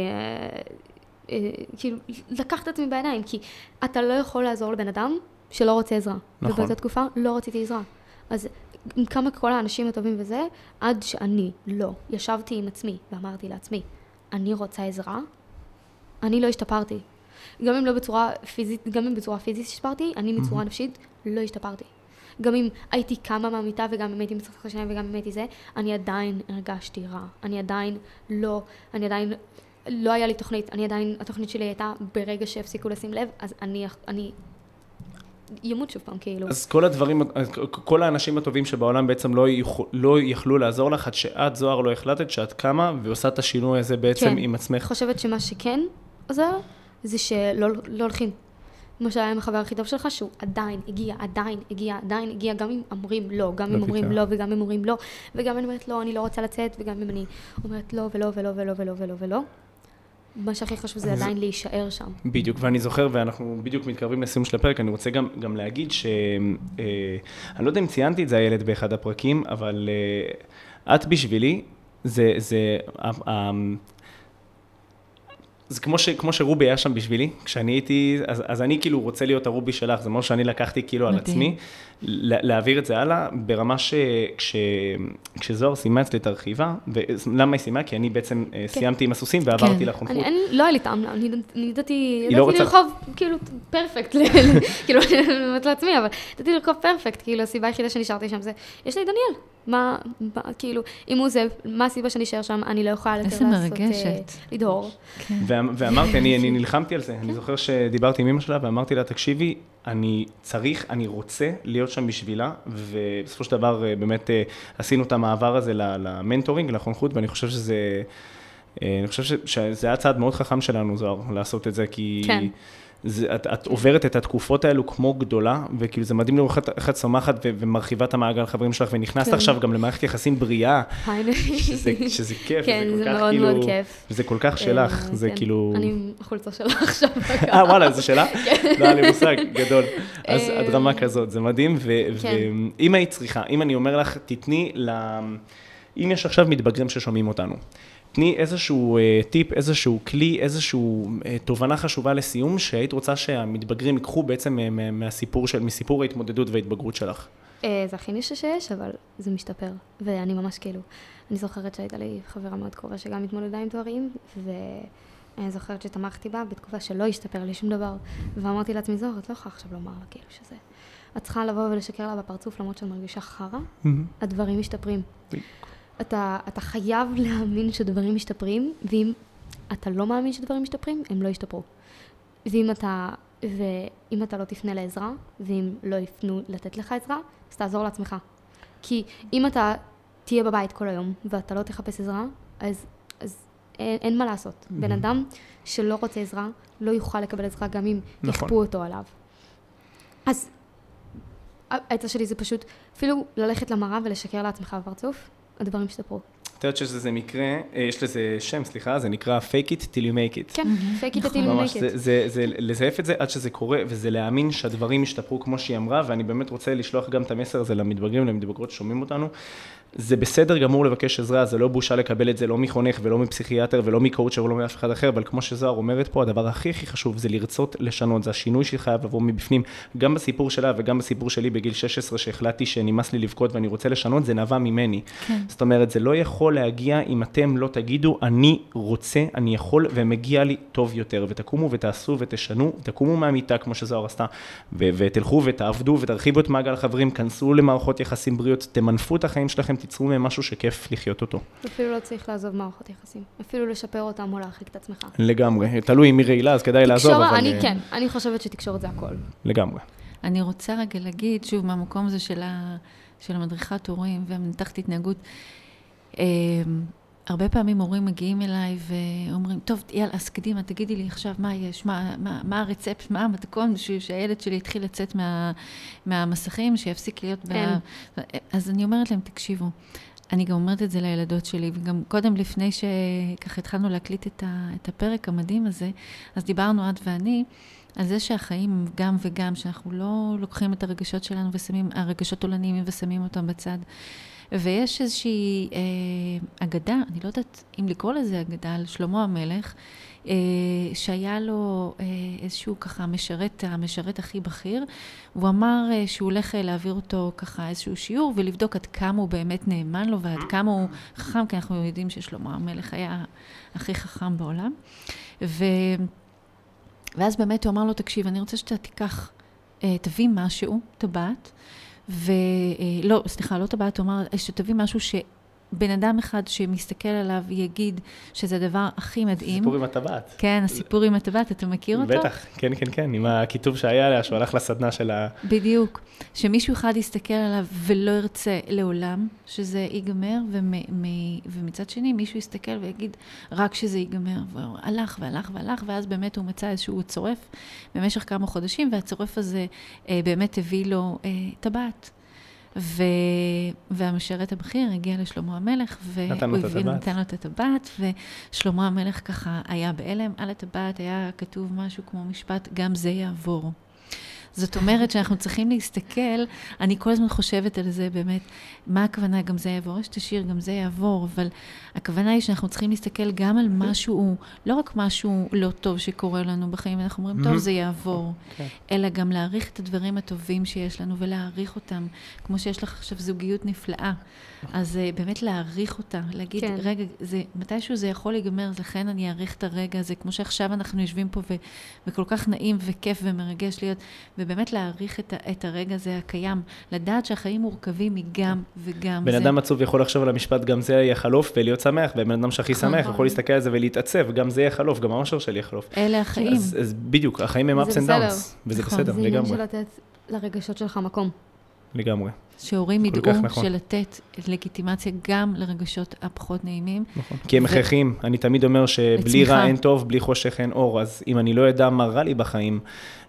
כאילו, לקחת את עצמי בעיניים, כי אתה לא יכול לעזור לבן אדם שלא רוצה עזרה. נכון. ובאותה תקופה לא רציתי עזרה. אז כמה כל האנשים הטובים וזה, עד שאני לא ישבתי עם עצמי ואמרתי לעצמי, אני רוצה עזרה, אני לא השתפרתי. גם אם לא בצורה פיזית, גם אם בצורה פיזית השתפרתי, אני בצורה נפשית לא השתפרתי. גם אם הייתי קמה מהמיטה וגם אם הייתי מצחק השניים וגם אם הייתי זה, אני עדיין הרגשתי רע. אני עדיין לא, אני עדיין לא היה לי תוכנית, אני עדיין, התוכנית שלי הייתה ברגע שהפסיקו לשים לב, אז אני, אני ימות שוב פעם, כאילו. אז כל הדברים, כל האנשים הטובים שבעולם בעצם לא, יוכל, לא יכלו לעזור לך, עד שאת זוהר לא החלטת שאת קמה ועושה את השינוי הזה בעצם כן. עם עצמך. אני חושבת שמה שכן עוזר, זה שלא לא הולכים. כמו שהיה עם החבר הכי טוב שלך, שהוא עדיין הגיע, עדיין הגיע, עדיין הגיע, גם אם אומרים לא, גם אם אומרים לא, וגם אם אומרים לא, וגם אני אומרת לא, אני לא רוצה לצאת, וגם אם אני אומרת לא, ולא, ולא, ולא, ולא, ולא, ולא. מה שהכי חשוב זה עדיין להישאר שם. בדיוק, ואני זוכר, ואנחנו בדיוק מתקרבים לסיום של הפרק, אני רוצה גם, גם להגיד ש... אה, אני לא יודע אם ציינתי את זה הילד באחד הפרקים, אבל אה, את בשבילי, זה... זה אה, אה, זה כמו, ש, כמו שרובי היה שם בשבילי, כשאני הייתי, אז, אז אני כאילו רוצה להיות הרובי שלך, זה מה שאני לקחתי כאילו מדהים. על עצמי, להעביר את זה הלאה, ברמה שכשזוהר סיימה אצלי את הרכיבה, ולמה היא סיימה? כי אני בעצם כן. סיימתי עם הסוסים ועברתי כן. לחונכות. אני, אני, לא היה לי טעם, אני ידעתי, ידעתי לא לרחוב, כאילו, פרפקט, כאילו, אני אומרת לעצמי, אבל ידעתי לרחוב פרפקט, כאילו, הסיבה היחידה שנשארתי שם זה, יש לי דניאל, מה, מה כאילו, אם הוא זה, מה הסיבה שנשאר שם, אני לא יכולה יותר לעשות, לדהור. ואמרתי, אני, אני נלחמתי על זה, אני זוכר שדיברתי עם אמא שלה ואמרתי לה, תקשיבי, אני צריך, אני רוצה להיות שם בשבילה, ובסופו של דבר באמת עשינו את המעבר הזה למנטורינג, לחונכות, ואני חושב שזה, אני חושב שזה היה צעד מאוד חכם שלנו, זוהר, לעשות את זה, כי... כן. זה, את, את עוברת את התקופות האלו כמו גדולה, וכאילו זה מדהים לראות איך את צומחת ומרחיבה את המעגל החברים שלך, ונכנסת עכשיו גם למערכת יחסים בריאה, שזה, שזה כיף, כן, זה מאוד מאוד כיף. וזה כל כך שלך, זה כאילו... אני החולצה שלך עכשיו. אה, וואלה, זה שלה? לא, היה לי מושג גדול. אז הדרמה כזאת, זה מדהים, ואם היית צריכה, אם אני אומר לך, תתני ל... אם יש עכשיו מתבגרים ששומעים אותנו, תני איזשהו טיפ, איזשהו כלי, איזשהו תובנה חשובה לסיום, שהיית רוצה שהמתבגרים ייקחו בעצם מהסיפור של, מסיפור ההתמודדות וההתבגרות שלך. זה הכי נישה שיש, אבל זה משתפר, ואני ממש כאילו, אני זוכרת שהייתה לי חברה מאוד קרובה שגם התמודדה עם תוארים, ואני זוכרת שתמכתי בה בתקופה שלא השתפר לי שום דבר, ואמרתי לעצמי, זוהר, את לא יכולה עכשיו לומר לה כאילו שזה, את צריכה לבוא ולשקר לה בפרצוף, למרות שאני מרגישה חרה, הדברים משתפרים. אתה, אתה חייב להאמין שדברים משתפרים, ואם אתה לא מאמין שדברים משתפרים, הם לא ישתפרו. ואם אתה, ואם אתה לא תפנה לעזרה, ואם לא יפנו לתת לך עזרה, אז תעזור לעצמך. כי אם אתה תהיה בבית כל היום, ואתה לא תחפש עזרה, אז, אז אין, אין מה לעשות. Mm-hmm. בן אדם שלא רוצה עזרה, לא יוכל לקבל עזרה, גם אם נכון. יכפו אותו עליו. אז העצה שלי זה פשוט, אפילו ללכת למראה ולשקר לעצמך בפרצוף, הדברים השתפרו. את יודעת שזה מקרה, יש לזה שם, סליחה, זה נקרא fake it till you make it. כן, fake it till you make it. זה לזייף את זה עד שזה קורה, וזה להאמין שהדברים ישתפרו כמו שהיא אמרה, ואני באמת רוצה לשלוח גם את המסר הזה למתבגרים, למתבגרות ששומעים אותנו. זה בסדר גמור לבקש עזרה, זה לא בושה לקבל את זה, לא מחונך ולא מפסיכיאטר ולא מקואוצ'ר ולא מאף אחד אחר, אבל כמו שזוהר אומרת פה, הדבר הכי הכי חשוב זה לרצות לשנות, זה השינוי שחייב לבוא מבפנים, גם בסיפור שלה וגם בסיפור שלי בגיל שש עשרה שהחלטתי שנמאס לי לבכות ואני רוצה לשנות, זה נבע ממני. כן. זאת אומרת, זה לא יכול להגיע אם אתם לא תגידו, אני רוצה, אני יכול ומגיע לי טוב יותר, ותקומו ותעשו ותשנו, תקומו מהמיטה כמו שזוהר עשתה, ו- ותלכו ותעבדו ותרחיבו את מעגל החברים, כנסו למערכות יחסים בריאות, תמנפו את החיים שלכם, תיצרו מהם משהו שכיף לחיות אותו. אפילו לא צריך לעזוב מערכות יחסים. אפילו לשפר אותם או להרחיק את עצמך. לגמרי. תלוי מי רעילה, אז כדאי לעזוב. תקשורת, אני כן. אני חושבת שתקשורת זה הכל. לגמרי. אני רוצה רגע להגיד, שוב, מהמקום הזה של המדריכת הורים והמנתחת התנהגות, הרבה פעמים הורים מגיעים אליי ואומרים, טוב, יאללה, אז קדימה, תגידי לי עכשיו מה יש, מה, מה, מה הרצפט, מה המתכון, בשביל שהילד שלי יתחיל לצאת מה, מהמסכים, שיפסיק להיות... ב... אז אני אומרת להם, תקשיבו, אני גם אומרת את זה לילדות שלי, וגם קודם לפני שככה התחלנו להקליט את, ה, את הפרק המדהים הזה, אז דיברנו את ואני, על זה שהחיים גם וגם, שאנחנו לא לוקחים את הרגשות שלנו ושמים, הרגשות עולניים ושמים אותם בצד. ויש איזושהי אה, אגדה, אני לא יודעת אם לקרוא לזה אגדה, על שלמה המלך, אה, שהיה לו אה, איזשהו ככה משרת, המשרת הכי בכיר, והוא אמר אה, שהוא הולך להעביר אותו ככה איזשהו שיעור, ולבדוק עד כמה הוא באמת נאמן לו, ועד כמה הוא חכם, כי אנחנו יודעים ששלמה המלך היה הכי חכם בעולם. ו... ואז באמת הוא אמר לו, תקשיב, אני רוצה שאתה תיקח, אה, תביא משהו, טבעת, ולא, סליחה, לא טבעת, הוא אמר, שתביא משהו שבן אדם אחד שמסתכל עליו יגיד שזה הדבר הכי מדהים. סיפור עם הטבעת. כן, הסיפור עם הטבעת, אתה מכיר אותו? בטח, כן, כן, כן, עם הכיתוב שהיה עליה, שהוא הלך לסדנה של ה... בדיוק. שמישהו אחד יסתכל עליו ולא ירצה לעולם שזה ייגמר, ומצד שני מישהו יסתכל ויגיד רק שזה ייגמר, והוא הלך והלך והלך, ואז באמת הוא מצא איזשהו צורף במשך כמה חודשים, והצורף הזה באמת הביא לו טבעת. ו... והמשרת הבכיר הגיע לשלמה המלך, נתן לו את הטבעת. נתן לו את הטבעת, ושלמה המלך ככה היה בהלם, על הטבעת היה כתוב משהו כמו משפט, גם זה יעבור. זאת אומרת שאנחנו צריכים להסתכל, אני כל הזמן חושבת על זה באמת, מה הכוונה גם זה יעבור? יש את השיר גם זה יעבור, אבל הכוונה היא שאנחנו צריכים להסתכל גם על משהו, לא רק משהו לא טוב שקורה לנו בחיים, אנחנו אומרים, טוב, זה יעבור, אלא גם להעריך את הדברים הטובים שיש לנו ולהעריך אותם, כמו שיש לך עכשיו זוגיות נפלאה, אז באמת להעריך אותה, להגיד, רגע, מתישהו זה יכול להיגמר, לכן אני אעריך את הרגע הזה, כמו שעכשיו אנחנו יושבים פה וכל כך נעים וכיף ומרגש להיות, ובאמת להעריך את, את הרגע הזה הקיים, לדעת שהחיים מורכבים מגם וגם בן זה. אדם עצוב יכול לחשוב על המשפט, גם זה יהיה חלוף ולהיות שמח, ובן אדם שהכי שמח יכול להסתכל על זה ולהתעצב, גם זה יהיה חלוף, גם האושר שלי יחלוף. אלה החיים. אז, אז בדיוק, החיים הם ups and downs, וזה בסדר, זה לגמרי. עניין של לתת לרגשות שלך מקום. לגמרי. שהורים ידעו של לתת לגיטימציה גם לרגשות הפחות נעימים. נכון. כי הם הכרחיים. אני תמיד אומר שבלי רע אין טוב, בלי חושך אין אור. אז אם אני לא יודע מה רע לי בחיים,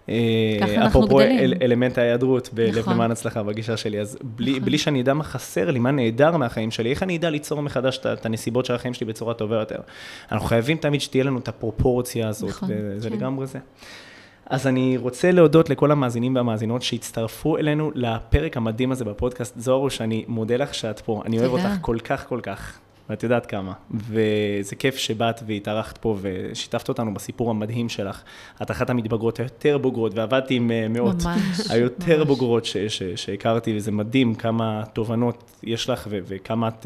אפרופו אלמנט ההיעדרות בלב למען הצלחה בגישה שלי, אז בלי שאני אדע מה חסר לי, מה נהדר מהחיים שלי, איך אני אדע ליצור מחדש את הנסיבות של החיים שלי בצורה טובה יותר. אנחנו חייבים תמיד שתהיה לנו את הפרופורציה הזאת, וזה לגמרי זה. אז אני רוצה להודות לכל המאזינים והמאזינות שהצטרפו אלינו לפרק המדהים הזה בפודקאסט. זוהרו, שאני מודה לך שאת פה. אני אוהב אותך כל כך, כל כך. ואת יודעת כמה. וזה כיף שבאת והתארחת פה ושיתפת אותנו בסיפור המדהים שלך. את אחת המתבגרות היותר בוגרות, ועבדתי עם מאות היותר בוגרות שהכרתי, וזה מדהים כמה תובנות יש לך וכמה את...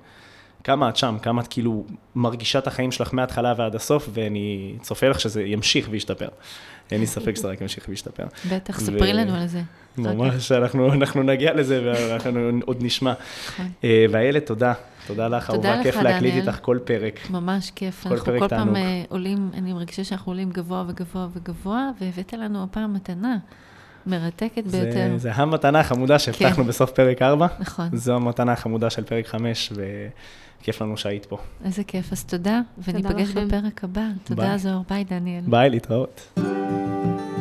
כמה את שם, כמה את כאילו מרגישה את החיים שלך מההתחלה ועד הסוף, ואני צופה לך שזה ימשיך וישתפר. אין לי ספק שזה רק ימשיך וישתפר. בטח, ספרי לנו על זה. ממש, אנחנו נגיע לזה ואנחנו עוד נשמע. והילד, תודה. תודה לך, אהובה, כיף להקליט איתך כל פרק. ממש כיף. אנחנו כל פעם עולים, אני מרגישה שאנחנו עולים גבוה וגבוה וגבוה, והבאת לנו הפעם מתנה. מרתקת ביותר. זה המתנה החמודה שהבטחנו בסוף פרק ארבע. נכון. זו המתנה החמודה של פרק חמש, וכיף לנו שהיית פה. איזה כיף, אז תודה, וניפגש בפרק הבא. תודה זוהר, ביי דניאל. ביי, להתראות.